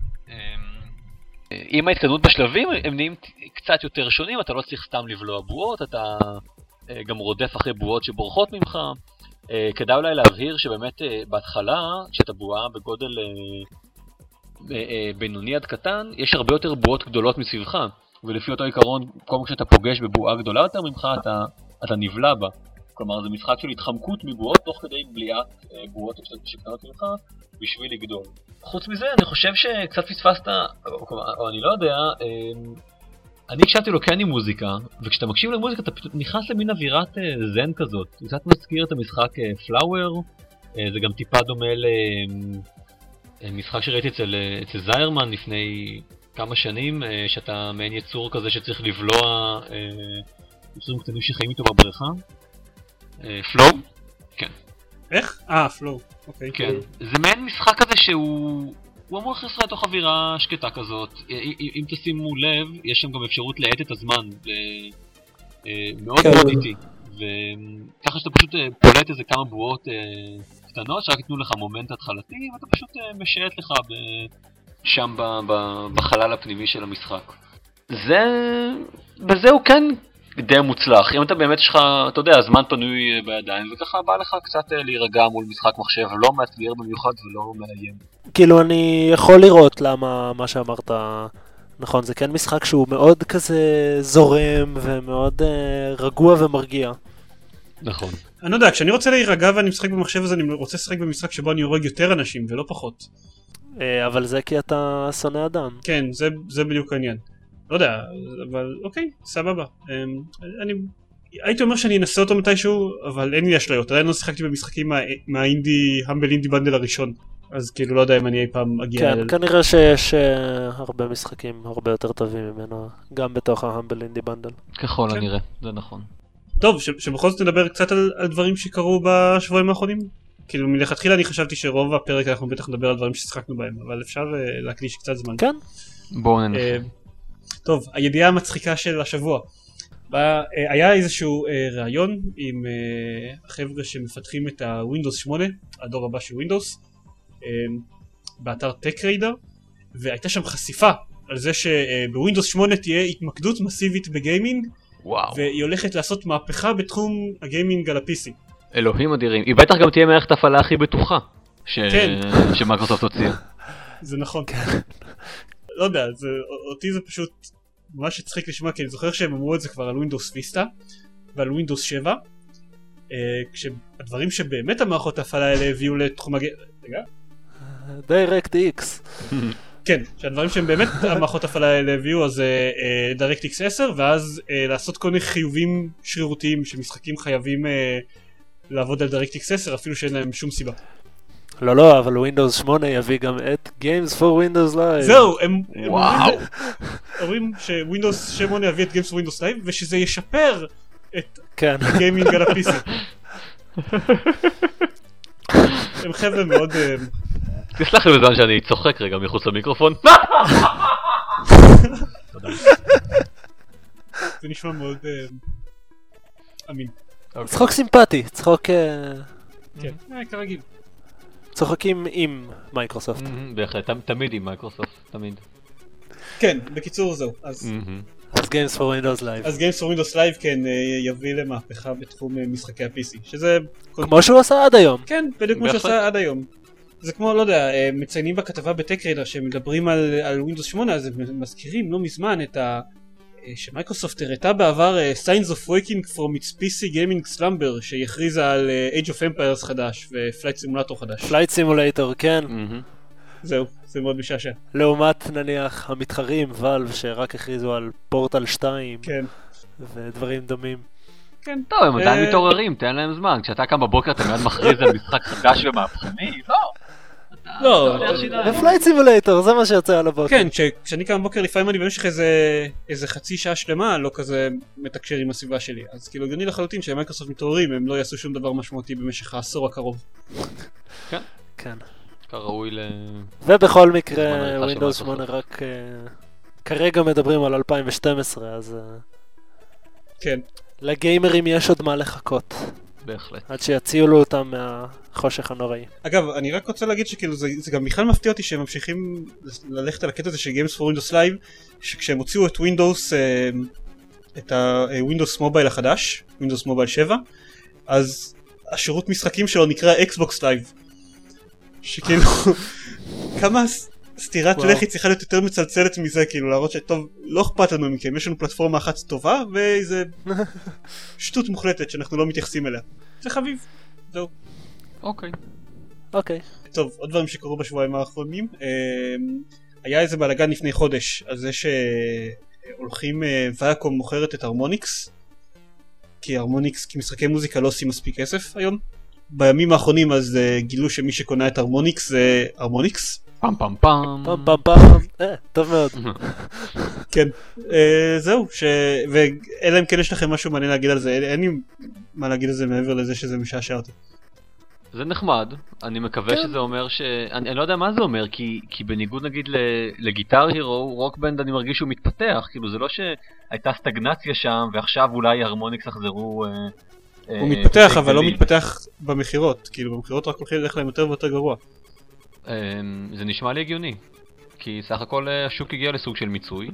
עם ההתקדמות בשלבים הם נהיים קצת יותר שונים, אתה לא צריך סתם לבלוע בועות, אתה גם רודף אחרי בועות שבורחות ממך. כדאי אולי להבהיר שבאמת בהתחלה, כשאתה בועה בגודל בינוני עד קטן, יש הרבה יותר בועות גדולות מסביבך, ולפי אותו עיקרון, כל פעם כשאתה פוגש בבועה גדולה יותר ממך, אתה, אתה נבלע בה. כלומר, זה משחק של התחמקות מבועות תוך כדי בליעת בועות שקטנות ממך בשביל לגדול. חוץ מזה, אני חושב שקצת פספסת, או אני לא יודע, אני הקשבתי לו כן עם מוזיקה, וכשאתה מקשיב למוזיקה אתה פשוט נכנס למין אווירת זן כזאת. זה קצת מזכיר את המשחק פלאואר, זה גם טיפה דומה למשחק שראיתי אצל, אצל זיירמן לפני כמה שנים, שאתה מעין יצור כזה שצריך לבלוע יצורים קטנים שחיים איתו בבריכה. פלואו? כן. איך? אה, פלואו, אוקיי. כן, זה מעין משחק כזה שהוא... הוא אמור להכניס לך לתוך אווירה שקטה כזאת. אם תשימו לב, יש שם גם אפשרות להאט את הזמן, מאוד מאוד איטי. וככה שאתה פשוט פולט איזה כמה בועות קטנות, שרק יתנו לך מומנט התחלתי, ואתה פשוט משייט לך שם בחלל הפנימי של המשחק. זה... בזה הוא כן די מוצלח. אם אתה באמת שלך, אתה יודע, הזמן פנוי בידיים, וככה בא לך קצת להירגע מול משחק מחשב, לא מאתגר במיוחד ולא מאיים. כאילו אני יכול לראות למה מה שאמרת נכון, זה כן משחק שהוא מאוד כזה זורם ומאוד uh, רגוע ומרגיע. נכון. אני לא יודע, כשאני רוצה להירגע ואני משחק במחשב אז אני רוצה לשחק במשחק שבו אני הורג יותר אנשים ולא פחות. Uh, אבל זה כי אתה שונא אדם. כן, זה, זה בדיוק העניין. לא יודע, אבל אוקיי, סבבה. Um, אני הייתי אומר שאני אנסה אותו מתישהו, אבל אין לי אשליות. עדיין לא שיחקתי במשחקים מה, מהאינדי, המבל אינדי בנדל הראשון. אז כאילו לא יודע אם אני אי פעם אגיע... כן, אל... כנראה שיש uh, הרבה משחקים הרבה יותר טובים ממנו, גם בתוך ההמבל אינדי בנדל. ככל כן. הנראה, זה נכון. טוב, ש- שבכל זאת נדבר קצת על, על דברים שקרו בשבועים האחרונים. כאילו מלכתחילה אני חשבתי שרוב הפרק אנחנו בטח נדבר על דברים ששחקנו בהם, אבל אפשר uh, להקדיש קצת זמן. כן. בואו ננסה. Uh, טוב, הידיעה המצחיקה של השבוע. בה, uh, היה איזשהו uh, ראיון עם uh, החבר'ה שמפתחים את ה-Windows שמונה, הדור הבא של Windows. באתר TechRadar, והייתה שם חשיפה על זה שבווינדוס שמונה תהיה התמקדות מסיבית בגיימינג, וואו. והיא הולכת לעשות מהפכה בתחום הגיימינג על ה-פי סי. אלוהים אדירים, היא בטח גם תהיה מערכת הפעלה הכי בטוחה ש... כן. שמיקרוסופט הוציאה. זה נכון. לא יודע, זה, אותי זה פשוט ממש הצחיק לשמוע, כי אני זוכר שהם אמרו את זה כבר על ווינדוס ויסטה ועל ווינדוס שבע, כשהדברים שבאמת המערכות ההפעלה האלה הביאו לתחום הגיימינג... רגע? דיירקט איקס. כן, שהדברים שהם באמת המערכות הפעלה האלה הביאו, אז דיירקט איקס עשר, ואז uh, לעשות כל מיני חיובים שרירותיים שמשחקים חייבים uh, לעבוד על דיירקט איקס עשר, אפילו שאין להם שום סיבה. לא, לא, אבל ווינדוס שמונה יביא גם את Games for Windows Live. זהו, הם וואו. אומרים שווינדוס שמונה יביא את Games for Windows Live, ושזה ישפר את כן. הגיימינג על ה-פי סי. הם חבר'ה מאוד... תסלח לי בזמן שאני צוחק רגע מחוץ למיקרופון. זה נשמע מאוד אמין. צחוק סימפטי, צחוק... כן, כרגיל. צוחקים עם מייקרוסופט. בהחלט, תמיד עם מייקרוסופט, תמיד. כן, בקיצור זהו. אז Games for Windows Live. אז Games for Windows Live כן יביא למהפכה בתחום משחקי ה-פי סי, שזה... כמו שהוא עשה עד היום. כן, בדיוק כמו שעשה עד היום. זה כמו, לא יודע, מציינים בכתבה בטק-ריידר שמדברים על, על Windows שמונה, אז הם מזכירים לא מזמן את ה... שמייקרוסופט הראתה בעבר Signs of Waking from its פי סי Gaming Slumber, שהיא הכריזה על Age of Empires חדש ו-Flight Simulator חדש. Flight Simulator, כן. זהו, זה מאוד משעשע. לעומת נניח המתחרים, ואלב, שרק הכריזו על פורטל שתיים. כן. ודברים דומים. כן. טוב, הם עדיין מתעוררים, תן להם זמן. כשאתה קם בבוקר אתה מיד מכריז על משחק חדש ומהפכני, לא. לא, ופלייט סימולטור, זה מה שיוצא על הבוקר. כן, כשאני קם בבוקר לפעמים אני במשך איזה חצי שעה שלמה לא כזה מתקשר עם הסביבה שלי, אז כאילו הגיוני לחלוטין שמייקרוסופט מתעוררים, הם לא יעשו שום דבר משמעותי במשך העשור הקרוב. כן. כן. כראוי ל... ובכל מקרה ווינדוס שמונה רק כרגע מדברים על אלפיים ושתים עשרה, אז כן. לגיימרים יש עוד מה לחכות. בהחלט. עד שיציעו לו אותם מהחושך הנוראי. אגב, אני רק רוצה להגיד שכאילו זה, זה גם בכלל מפתיע אותי שהם ממשיכים ללכת על הקטע הזה של Games for Windows Live, שכשהם הוציאו את Windows, את ה-Windows Mobile החדש, Windows Mobile שבע, אז השירות משחקים שלו נקרא Xbox Live. שכאילו, כמה, סתירת לחי צריכה להיות יותר מצלצלת מזה, כאילו להראות שטוב, לא אכפת לנו מכם, יש לנו פלטפורמה אחת טובה ואיזה שטות מוחלטת שאנחנו לא מתייחסים אליה. זה חביב, זהו. אוקיי. אוקיי. טוב, עוד דברים שקרו בשבועיים האחרונים. היה איזה בלגן לפני חודש על זה שהולכים, ויאקום מוכרת את הרמוניקס, כי הרמוניקס כמשחקי מוזיקה לא עושים מספיק כסף היום. בימים האחרונים אז גילו שמי שקונה את הרמוניקס זה הרמוניקס. פם פם פם. פם פם פם. אה, טוב מאוד. כן, זהו, ואלא אם כן יש לכם משהו מעניין להגיד על זה, אין לי מה להגיד על זה מעבר לזה שזה משעשע אותי. זה נחמד, אני מקווה שזה אומר ש... אני לא יודע מה זה אומר, כי בניגוד נגיד לגיטר הירו, רוקבנד אני מרגיש שהוא מתפתח, כאילו זה לא שהייתה סטגנציה שם ועכשיו אולי הרמוניקס יחזרו... הוא מתפתח אבל לא מתפתח במחירות, כאילו במחירות רק הולכים ללכת להם יותר ויותר גרוע. זה נשמע לי הגיוני, כי סך הכל השוק הגיע לסוג של מיצוי.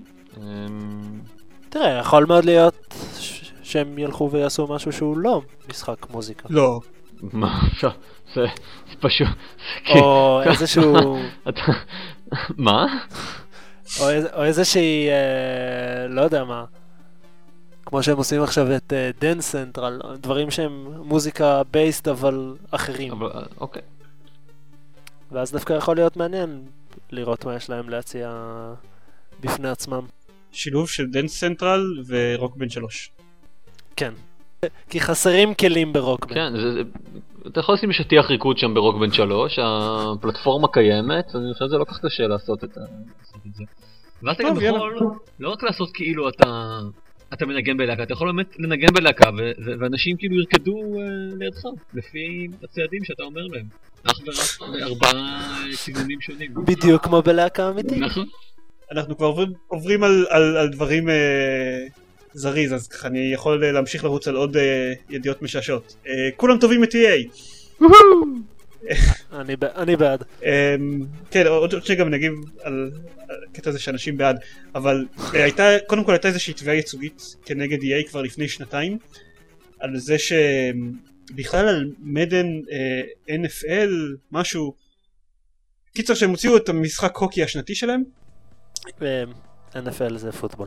תראה, יכול מאוד להיות שהם ילכו ויעשו משהו שהוא לא משחק מוזיקה. לא. מה? זה פשוט... או איזשהו... מה? או איזושהי... לא יודע מה. כמו שהם עושים עכשיו את דנס סנטרל, דברים שהם מוזיקה בייסט אבל אחרים. אוקיי. ואז דווקא יכול להיות מעניין לראות מה יש להם להציע בפני עצמם. שילוב של דנס סנטרל ורוקבנד שלוש. כן. כי חסרים כלים ברוקבנד. כן, זה, אתה יכול לשים שטיח ריקוד שם ברוקבנד שלוש, הפלטפורמה קיימת, אני חושב שזה לא כך קשה לעשות את זה. ואז אתה גם יכול לא רק לעשות כאילו אתה... אתה מנגן בלהקה, אתה יכול באמת לנגן בלהקה, ואנשים כאילו ירקדו לידך, לפי הצעדים שאתה אומר להם. אך ורק ארבעה סגנונים שונים. בדיוק כמו בלהקה אמיתית. נכון. אנחנו כבר עוברים על דברים זריז, אז ככה אני יכול להמשיך לרוץ על עוד ידיעות משעשעות. כולם טובים את אי איי. אני בעד. כן, עוד שגם נגיב על הקטע הזה שאנשים בעד, אבל קודם כל הייתה איזושהי תביעה ייצוגית כנגד אי איי כבר לפני שנתיים, על זה שבכלל על מדן אן אף אל משהו, קיצר שהם הוציאו את המשחק הוקי השנתי שלהם. אן אף אל זה פוטבול.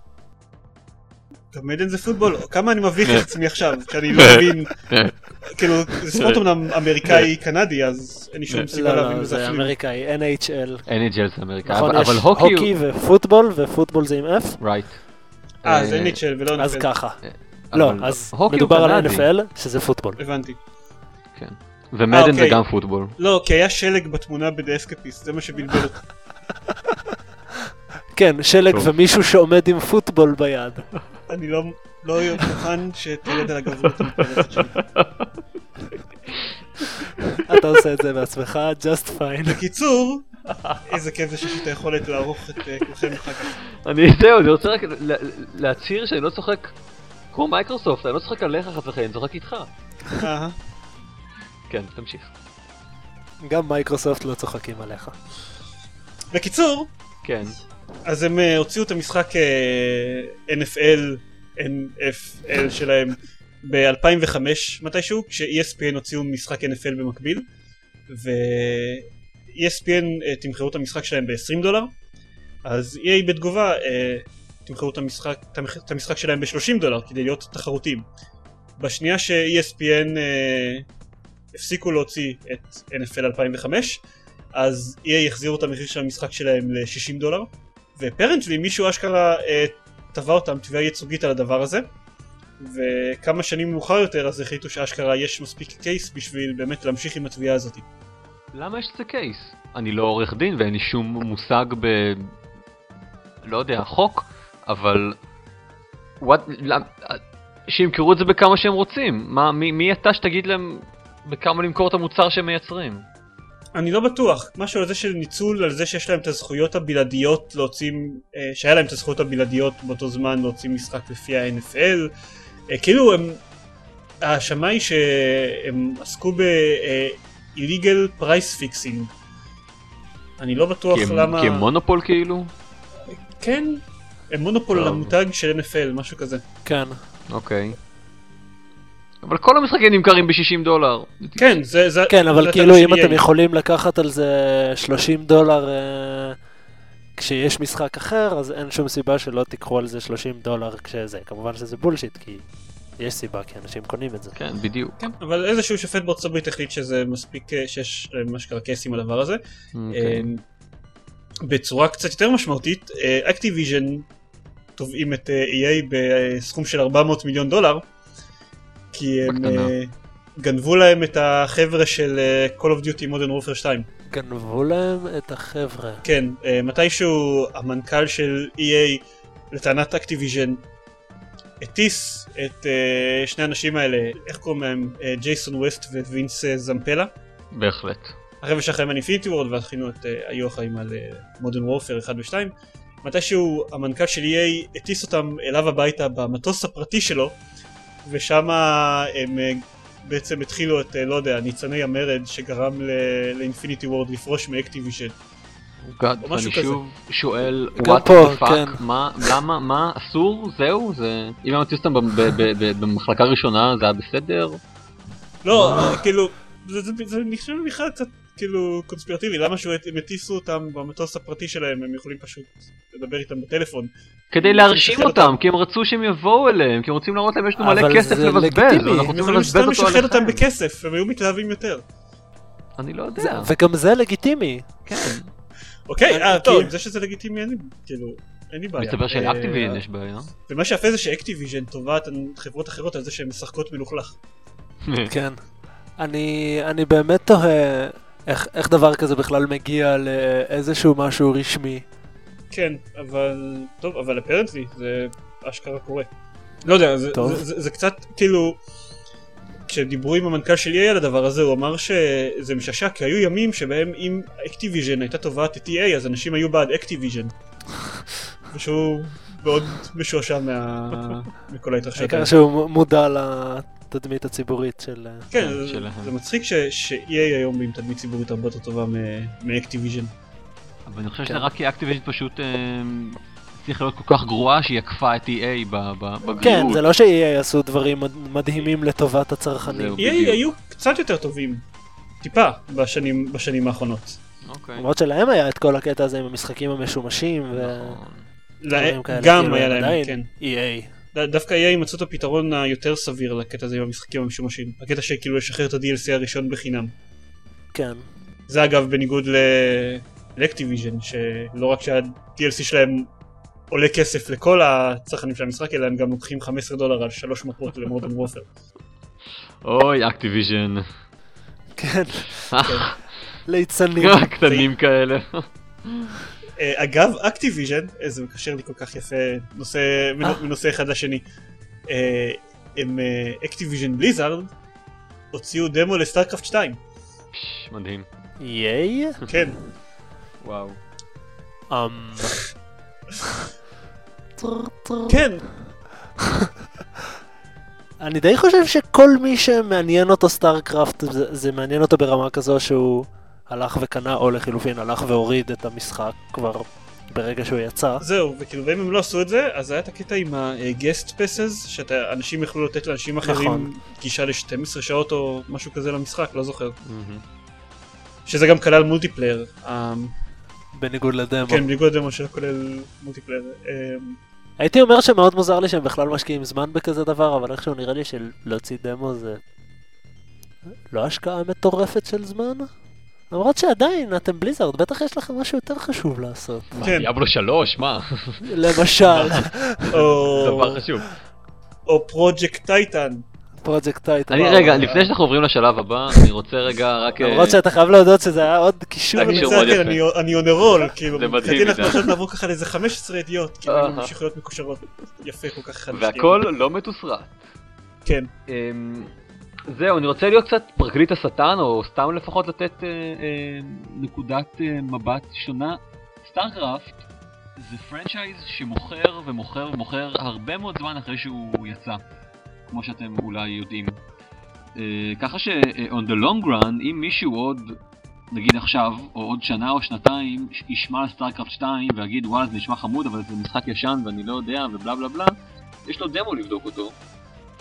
גם מדן זה פוטבול? כמה אני מביך את עצמי עכשיו, שאני לא מבין, כאילו, זה ספורט אמנם אמריקאי-קנדי, אז אין לי שום סיבה להבין לא, בזה זה אפילו. אמריקאי, אן אייץ' אל. אן אייץ' אל זה אמריקאי, נכון, אבל יש הוקי... הוקי ופוטבול, ופוטבול זה עם F. רייט. אה, זה אן אייץ' אל ולא אן אף אל. אז ככה. לא, אז מדובר על אן אף אל, שזה פוטבול. הבנתי. כן. ומדן זה גם פוטבול. לא, כי היה שלג בתמונה בדסקפיסט, זה מה שבלבל אותי. כן, שלג ומישהו שעומד עם פוטבול ביד. אני לא מוכן שתרד על הגברות המפלצת שלי. אתה עושה את זה בעצמך, just fine. בקיצור, איזה כיף זה שיש את היכולת לערוך את כולכם אחר כך. אני זהו, אני רוצה רק להצהיר שאני לא צוחק כמו מייקרוסופט, אני לא צוחק עליך חס וחלילה, אני צוחק איתך. אהה. כן, תמשיך. גם מייקרוסופט לא צוחקים עליך. בקיצור, כן. אז הם הוציאו את המשחק אן אף אל, אן אף אל שלהם ב-אלפיים וחמש מתישהו, כש-אי אס פי אן הוציאו משחק אן אף אל במקביל, ו-אי אס פי אן תמכרו את המשחק שלהם ב-עשרים דולר, אז אי איי בתגובה תמכרו את המשחק, את המשחק שלהם ב-שלושים דולר כדי להיות תחרותיים. בשנייה ש-אי אס פי אן הפסיקו להוציא את אן אף אל אלפיים וחמש, אז אי איי החזירו את המחיר של המשחק שלהם ל-שישים דולר, ופרנטלי מישהו אשכרה תבע אותם תביעה ייצוגית על הדבר הזה, וכמה שנים מאוחר יותר אז החליטו שאשכרה יש מספיק קייס בשביל באמת להמשיך עם התביעה הזאת. למה יש זה קייס? אני לא עורך דין ואין לי שום מושג ב... לא יודע, חוק, אבל... What... שימכרו את זה בכמה שהם רוצים. מה, מי, מי אתה שתגיד להם בכמה למכור את המוצר שהם מייצרים? אני לא בטוח. משהו על זה של ניצול, על זה שיש להם את הזכויות הבלעדיות להוציא, שהיה להם את הזכויות הבלעדיות באותו זמן להוציא משחק לפי ה-אן אף אל. כאילו הם... ההאשמה היא שהם עסקו ב-illegal price fixing. אני לא בטוח כי הם, למה... כי הם מונופול כאילו? כן, הם מונופול למותג של אן אף אל, משהו כזה. כן. אוקיי. אבל כל המשחקים נמכרים ב-שישים דולר. כן, זה... זה כן, אבל זה כאילו הטענה אם שלי, אתם יכולים לקחת על זה שלושים דולר אה, כשיש משחק אחר, אז אין שום סיבה שלא תיקחו על זה שלושים דולר כשזה. כמובן שזה בולשיט, כי יש סיבה, כי אנשים קונים את זה. כן, בדיוק. כן, אבל איזשהו שופט בארצות הברית החליט שזה מספיק אה, שיש להם משקל קייסים על הדבר הזה. אוקיי. בצורה קצת יותר משמעותית, אקטיביז'ן תובעים את אי איי בסכום של ארבע מאות מיליון דולר, כי הם בקטנה. גנבו להם את החבר'ה של Call of Duty Modern Warfare שתיים. גנבו להם את החבר'ה. כן, מתישהו המנכ"ל של אי איי לטענת אקטיביז'ן הטיס את שני האנשים האלה, איך קוראים להם? ג'ייסון ווסט ווינס זמפלה. בהחלט. החבר'ה שלכם על אינפיניטי וורד והתחילו את, היו אחראים על מודרן וורפר אחד ושתיים. מתישהו המנכ"ל של אי איי הטיס אותם אליו הביתה במטוס הפרטי שלו, ושם הם בעצם התחילו את, לא יודע, ניצני המרד שגרם לאינפיניטי וורד לפרוש מאקטיביז'ן. גאד, או משהו אני כזה. שוב שואל, גם what פה, the fuck, כן. מה, למה, מה, אסור? זהו? זה... אם הם הטיסו אותם ב- ב- ב- ב- במחלקה ראשונה, זה היה בסדר? לא, כאילו, זה, זה, זה נחשב לי בכלל קצת כאילו קונספירטיבי, למה שהם הטיסו אותם במטוס הפרטי שלהם, הם יכולים פשוט לדבר איתם בטלפון. כדי להרשים לשחרר אותם, אותם. כי הם רצו שהם יבואו אליהם, כי הם רוצים להראות להם יש לנו מלא אבל כסף זה לבזבז, לגיטימי. ואנחנו הם רוצים יכולים לבזבז סתם אותו לשחרר אותם עליכם. בכסף, הם היו מתלהבים יותר. אני לא זה, יודע. וגם זה לגיטימי. כן. אוקיי, אה, כי- טוב, זה שזה לגיטימי, אני, כאילו, אין לי בעיה. מסתבר אה, שלאקטיביז'ן יש בעיה. ומה שיפה זה שאקטיביז'ן תובעת חברות אחרות על זה שהן משחקות מלוכלך. כן. אני, אני באמת תוהה איך, איך דבר כזה בכלל מגיע לאיזשהו משהו רשמי. כן, אבל, טוב, אבל אפרנטלי, זה אשכרה קורה. לא יודע, זה, טוב. זה, זה, זה קצת, כאילו, כשדיברו עם המנכ"ל של אי איי על הדבר הזה, הוא אמר שזה משעשע, כי היו ימים שבהם אם אקטיביז'ן הייתה תובעת את אי איי, אז אנשים היו בעד אקטיביז'ן. ושהוא מאוד משועשע מה... מכל ההתרחשות. העיקר שהוא מודע לתדמית הציבורית של... כן, כן, זה- שלהם. זה מצחיק ש-אי איי היום עם תדמית ציבורית הרבה יותר טובה מאקטיביז'ן. אבל אני חושב כן. שזה רק כי אקטיביז'ן פשוט אה, צריך להיות כל כך גרועה שהיא עקפה את אי איי ב- ב- בגריעות. כן, זה לא ש-אי איי עשו דברים מד- מדהימים לטובת הצרכנים. זהו. אי איי בדיוק. היו קצת יותר טובים, טיפה, בשנים, בשנים האחרונות. אוקיי. למרות שלהם היה את כל הקטע הזה עם המשחקים המשומשים ו... נכון. דברים כאלה, גם כאילו, היה הם להם, עדיין כן. אי איי. ד- דווקא אי איי מצאו את הפתרון היותר סביר לקטע הזה עם המשחקים המשומשים. הקטע שכאילו לשחרר את ה-די אל סי הראשון בחינם. כן. זה אגב בניגוד ל- לאקטיביז'ן, שלא רק שה-די אל סי שלהם עולה כסף לכל הצרכנים של המשחק, אלא הם גם לוקחים חמישה עשר דולר על שלוש מפות למורדן וופר. אוי, אקטיביז'ן. כן. ליצנים. קטנים כאלה. אה, אגב, אקטיביז'ן, אה, זה מקשר לי כל כך יפה נושא, מנ- מנושא אחד לשני. אה, הם אקטיביז'ן בליזארד הוציאו דמו לסטארקראפט שתיים. פש, מדהים. ייי? כן. וואו. אמ... טר, טר. כן. אני די חושב שכל מי שמעניין אותו סטארקראפט זה, זה מעניין אותו ברמה כזו שהוא הלך וקנה או לחילופין הלך והוריד את המשחק כבר ברגע שהוא יצא. זהו, וכאילו ואם הם לא עשו את זה, אז היה את הקטע עם ה-guest passes, שאנשים יכלו לתת לאנשים אחרים נכון. גישה ל-שתים עשרה שעות או משהו כזה למשחק, לא זוכר. מהמם. שזה גם כלל מולטיפלייר. אה, בניגוד לדמו. כן, בניגוד לדמו שלא כולל מולטיפלייר. אה, הייתי אומר שמאוד מוזר לי שהם בכלל משקיעים זמן בכזה דבר, אבל איכשהו נראה לי שלהוציא דמו זה לא השקעה מטורפת של זמן. למרות שעדיין אתם בליזארד, בטח יש לכם משהו יותר חשוב לעשות. מה, כן. דיאבלו שלוש, מה? למשל, או דבר חשוב. או פרויקט טייטן. פרויקט טייטן. אני רגע, לפני שאנחנו עוברים לשלב הבא, אני רוצה רגע רק... למרות שאתה חייב להודות שזה היה עוד קישור. רק אני שיר מצטער, מאוד כן, יפה. אני- אני אונרול, כאילו, זה מדהים מבחינתי אנחנו מדי. עכשיו נעבור ככה לאיזה חמש עשרה ידיעות, כאילו, אהה. היינו ממשיך להיות מקושרות יפה כל כך אחד לשני. והכל לא מתוסרט. כן. אמ, זהו, אני רוצה להיות קצת פרקליט השטן, או סתם לפחות לתת אה, אה, נקודת אה, מבט שונה. סטארקראפט זה פרנצ'ייז שמוכר ומוכר ומוכר הרבה מאוד זמן אחרי שהוא יצא, כמו שאתם אולי יודעים. אה, ככה ש-on the long run, אם מישהו עוד, נגיד עכשיו, או עוד שנה או שנתיים, ישמע על סטארקראפט שתיים ויגיד וואלה זה נשמע חמוד אבל זה משחק ישן ואני לא יודע ובלה בלה בלה, יש לו דמו לבדוק אותו.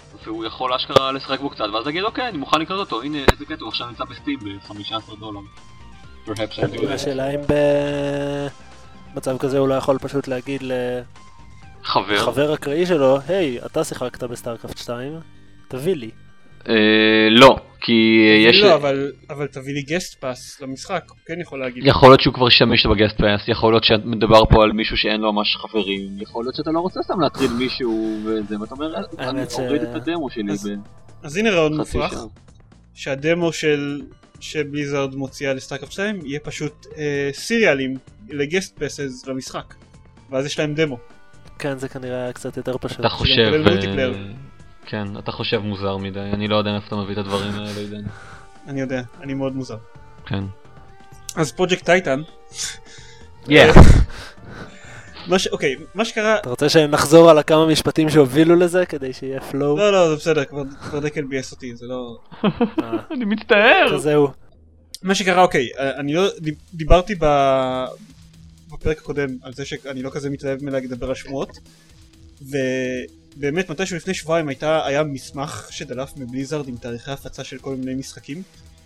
והוא יכול אשכרה לשחק בו קצת, ואז להגיד אוקיי, אני מוכן לקנות אותו, הנה איזה קטע, הוא עכשיו נמצא בסטים ב-חמישה עשר דולר. השאלה אם במצב כזה הוא לא יכול פשוט להגיד לחבר אקראי שלו, היי, אתה שיחקת בסטארקראפט שתיים, תביא לי. לא, כי יש... לא, אבל תביא לי גסט פאס למשחק, הוא כן יכול להגיד. יכול להיות שהוא כבר השתמש בגסט פאס, יכול להיות שמדבר פה על מישהו שאין לו ממש חברים, יכול להיות שאתה לא רוצה סתם להטריד מישהו וזה, ואתה אומר, אני אוריד את הדמו שלי. אז הנה רעיון מופרך, שהדמו של שבליזרד מוציאה לסטארקראפט שתיים יהיה פשוט סיריאלים לגסט פאסס למשחק, ואז יש להם דמו. כן, זה כנראה קצת יותר פשוט. אתה חושב... כן, אתה חושב מוזר מדי, אני לא יודע איפה אתה מביא את הדברים האלה, עידן. אני יודע, אני מאוד מוזר. כן. אז פרויקט טייטן. כן. אוקיי, מה שקרה... אתה רוצה שנחזור על הכמה משפטים שהובילו לזה, כדי שיהיה פלואו? לא, לא, זה בסדר, כבר דקל בייס אותי, זה לא... אני מצטער! זהו. מה שקרה, אוקיי, אני לא... דיברתי בפרק הקודם על זה שאני לא כזה מתלהב מלהדבר על שמועות, ו... באמת מתישהו לפני שבועיים הייתה, היה מסמך שדלף מבליזרד עם תאריכי הפצה של כל מיני משחקים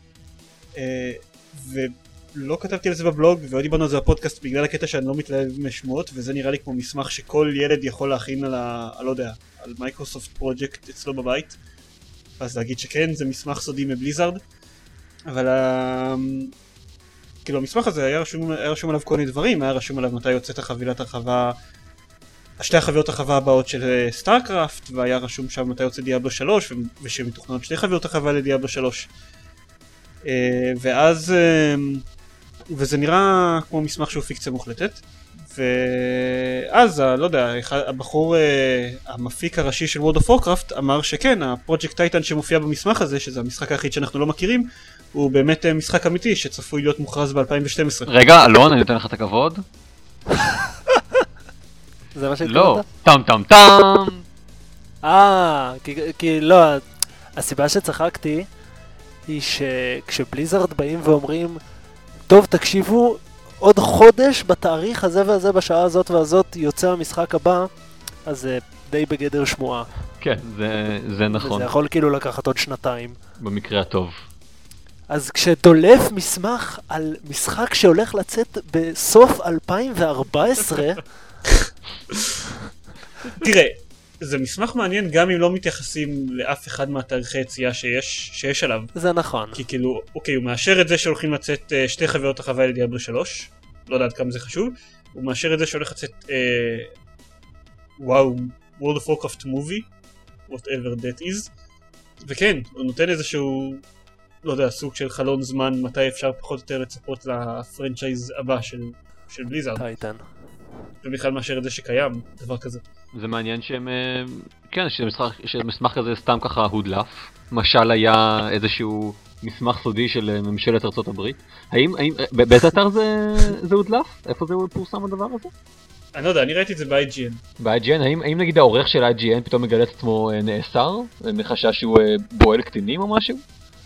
ולא כתבתי על זה בבלוג ולא דיברנו על זה בפודקאסט בגלל הקטע שאני לא מתלהב משמועות, וזה נראה לי כמו מסמך שכל ילד יכול להכין על ה... לא יודע, על מייקרוסופט פרויקט אצלו בבית, אז להגיד שכן, זה מסמך סודי מבליזרד, אבל ה... כאילו המסמך הזה היה רשום, היה רשום עליו כל מיני דברים, היה רשום עליו מתי יוצאת החבילת הרחבה, שתי החביות הרחבה הבאות של סטארקראפט, והיה רשום שם מתי יוצא דיאבלו שלוש, ושמתוכננות שתי חביות הרחבה לדיאבלו שלוש. ואז, וזה נראה כמו מסמך שהוא פיקציה מוחלטת, ואז, לא יודע, הבחור, המפיק הראשי של World of Warcraft אמר שכן, הפרויקט טייטן שמופיע במסמך הזה, שזה המשחק היחיד שאנחנו לא מכירים, הוא באמת משחק אמיתי שצפוי להיות מוכרז ב-אלפיים ושתים עשרה. רגע, אלון, אני נותן לך את הכבוד. זה מה שהתכוונת? לא, טם טם טם. אה, כי לא, הסיבה שצחקתי היא שכשבליזרד באים ואומרים, טוב תקשיבו, עוד חודש בתאריך הזה והזה בשעה הזאת והזאת יוצא המשחק הבא, אז זה די בגדר שמועה. כן, זה, זה נכון. וזה יכול כאילו לקחת עוד שנתיים. במקרה הטוב. אז כשדולף מסמך על משחק שהולך לצאת בסוף אלפיים וארבע עשרה, תראה, זה מסמך מעניין גם אם לא מתייחסים לאף אחד מהתאריכי יציאה שיש, שיש עליו. זה נכון. כי כאילו, אוקיי, הוא מאשר את זה שהולכים לצאת אה, שתי חביות הרחבה לדיאבלו שלוש, לא יודעת כמה זה חשוב, הוא מאשר את זה שהולך לצאת, אה, וואו, World of Warcraft movie, whatever that is, וכן, הוא נותן איזשהו, לא יודע, סוג של חלון זמן, מתי אפשר פחות או יותר לצפות לפרנצ'ייז הבא של, של בליזרד. טייטן. ובכלל מאשר את זה שקיים, דבר כזה. זה מעניין שהם, כן, שמסמך כזה סתם ככה הודלף. משל היה איזשהו מסמך סודי של ממשלת ארצות הברית. האם, האם, באיזה אתר זה, זה הודלף? איפה זה פורסם הדבר הזה? אני לא יודע, אני ראיתי את זה ב-איי ג'י אן. ב-איי ג'י אן? האם, האם נגיד העורך של איי ג'י אן פתאום מגלה את עצמו נאסר? מחשש שהוא בועל קטינים או משהו?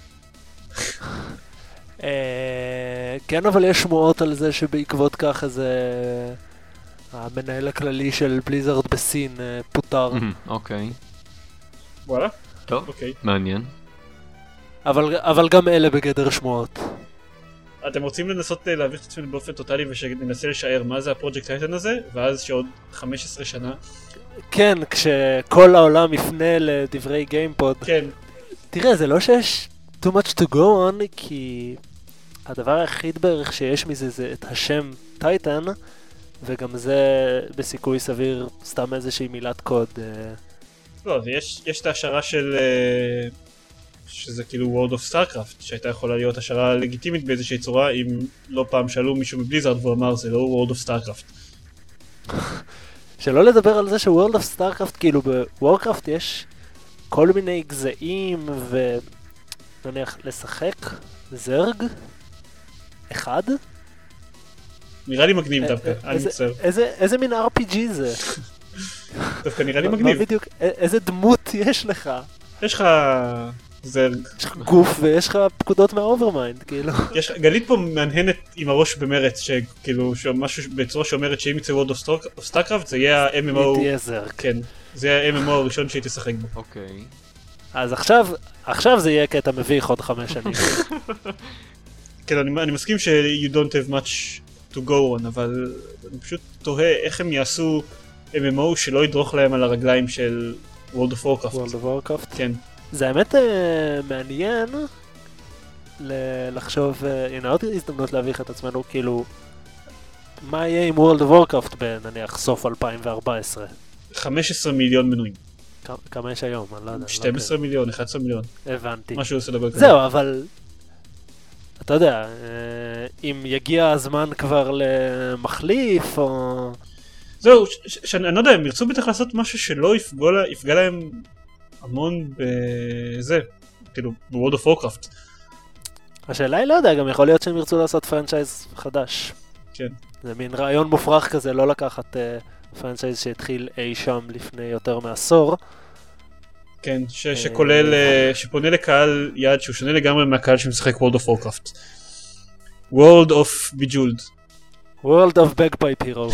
כן, אבל יש שמועות על זה שבעקבות כך איזה... המנהל הכללי של בליזרד בסין פוטר. אוקיי. וואלה? טוב, אוקיי. מעניין. אבל, אבל גם אלה בגדר שמועות. אתם רוצים לנסות להעביר את עצמנו באופן טוטלי ושננסה לשער מה זה הפרויקט טייטן הזה, ואז שעוד חמש עשרה שנה... כן, כשכל העולם יפנה לדברי גיימפוד. כן. תראה, זה לא שיש too much to go on, כי הדבר היחיד בערך שיש מזה זה את השם טייטן, וגם זה בסיכוי סביר סתם איזושהי מילת קוד. לא, ויש יש את ההשערה של... שזה כאילו World of Starcraft, שהייתה יכולה להיות השערה לגיטימית באיזושהי צורה, אם לא פעם שאלו מישהו מבליזרד והוא אמר זה לא World of Starcraft. שלא לדבר על זה ש-World of Starcraft, כאילו ב-Warcraft יש כל מיני גזעים ונניח לשחק זרג אחד? נראה לי מגניב דווקא, אני מצטער. איזה מין אר פי ג'י זה? דווקא נראה לי מגניב. מה בדיוק, איזה דמות יש לך? יש לך זרג. יש לך גוף ויש לך פקודות מהאוברמיינד, כאילו. גלית פה מהנהנת עם הראש במרץ, שכאילו משהו בצורה שאומרת שאם יצא World of Starcraft זה יהיה ה-אם אם או... היא תהיה זרג. כן, זה יהיה ה-אם אם או הראשון שהיא תשחק בו. אוקיי. אז עכשיו, עכשיו זה יהיה קטע מביך עוד חמש שנים. כן, אני, אני מסכים ש- you don't have much to go on, אבל אני פשוט תוהה איך הם יעשו אם אם או שלא ידרוך להם על הרגליים של World of Warcraft. World of Warcraft. כן. זה האמת אה, מעניין ל- לחשוב, אה, הנה עוד הזדמנות להביך את עצמנו, כאילו, מה יהיה עם World of Warcraft בנניח סוף אלפיים וארבע עשרה? חמישה עשר מיליון מנויים. כ- כמה יש היום? אני לא יודע. שנים עשר מיליון, אחד עשר מיליון. לא... הבנתי. משהו עושה דבר כזה. זהו, אבל... אתה יודע, אה, אם יגיע הזמן כבר למחליף, או... זהו, ש- ש- שאני לא יודע, הם ירצו בטח לעשות משהו שלא יפגע, לה- יפגע להם המון בזה, כאילו, ב-World of Warcraft. השאלה היא לא יודע, גם יכול להיות שהם ירצו לעשות פרנצ'ייז חדש. כן. זה מין רעיון מופרך כזה, לא לקחת uh, פרנצ'ייז שהתחיל אי שם לפני יותר מעשור. כן, ש- שכולל, אה, שפונה לקהל יעד שהוא שונה לגמרי מהקהל שמשחק World of Warcraft. World of Bejeweled. World of Bagpipe Hero.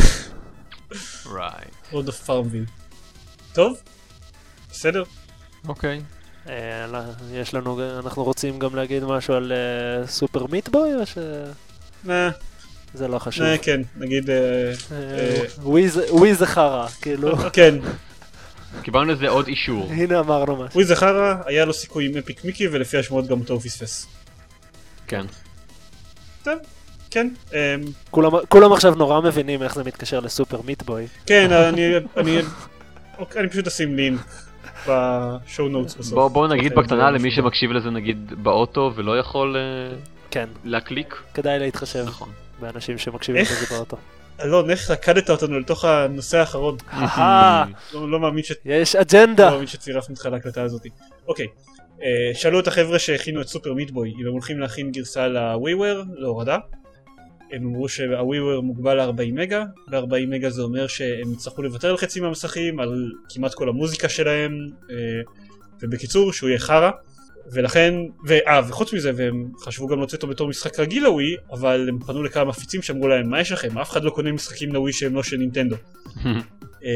Right. World of Farmville. טוב? בסדר? אוקיי. אה, לא, יש לנו, אנחנו רוצים גם להגיד משהו על אה, סופר מיטבוי, או שזה נה, לא חשוב? נה, כן, נגיד, אה, אה, ווי זה- ווי זה חרא, כאילו, כן, קיבלנו לזה עוד אישור. הנה אמרנו משהו. ווי זכרה, היה לו סיכוי עם אפיק מיקי ולפי השמועות גם אותו הוא פספס. כן. טוב, כן, אמ, כולם- כולם עכשיו נורא מבינים איך זה מתקשר לסופר מיטבוי. כן, אני, אני, אוקיי, אני פשוט אשים לינק בשואו נוטס בסוף. בואו בוא נגיד לכן בקטנה זה למי משהו. שמקשיב לזה נגיד באוטו ולא יכול אה, כן, להקליק. כדאי להתחשב נכון. באנשים שמקשיבים איך? לזה באוטו. אלון, איך רקדת אותנו לתוך הנושא האחרון? אהה, לא, לא מאמין ש... יש לא אג'נדה. מאמין שצירפנו אותך להקלטה הזאת. אוקיי, אה, שאלו את החבר'ה שהכינו את סופר מיטבוי אם הם הולכים להכין גרסה ל-WiiWare להורדה. הם אמרו שה-WiiWare מוגבל ל-ארבעים מגה, ו-ארבעים מגה זה אומר שהם יצטרכו לוותר על חצי מהמסכים, על כמעט כל המוזיקה שלהם, אה, ובקיצור שהוא יהיה חרא. ולכן, ואה, וחוץ מזה, והם חשבו גם להוציא אותו בתור משחק רגיל לווי, אבל הם פנו לכמה מפיצים שאמרו להם, מה יש לכם? אף אחד לא קונה משחקים לווי שהם לא של נינטנדו. אה,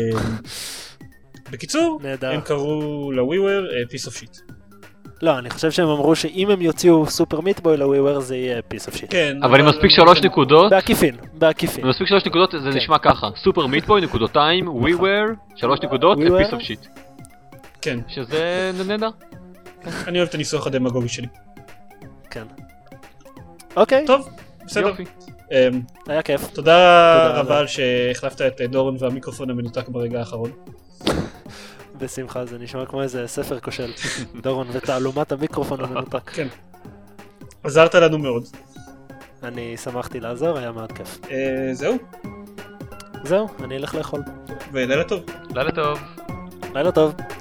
בקיצור, נהדר. הם קראו לוויוור פיס אוף שיט. לא, אני חושב שהם אמרו שאם הם יוציאו סופר מיטבוי לוויוור זה יהיה פיס אוף שיט. כן. אבל אם מספיק שלוש נקודות, בעקיפין, בעקיפין. אם מספיק שלוש נקודות זה נשמע ככה. סופר מיטבוי נקודותיים, WiiWare, שלוש נקודות, WiiWare. פיס אוף שיט. כן. שזה נהדר. אני אוהב את הניסוח הדמגוגי שלי. כן. אוקיי, טוב, בסדר. יופי. אמ, היה כיף. תודה תודה רבה רבה. על שהחלפת את דורון והמיקרופון המנותק ברגע האחרון. בשמחה, זה נשמע כמו איזה ספר כושל. דורון ותעלומת המיקרופון המנותק. כן. עזרת לנו מאוד. אני שמחתי לעזור, היה מאוד כיף. אה, זהו, זהו, אני אלך לאכול. ולילה טוב. לילה טוב. לילה טוב.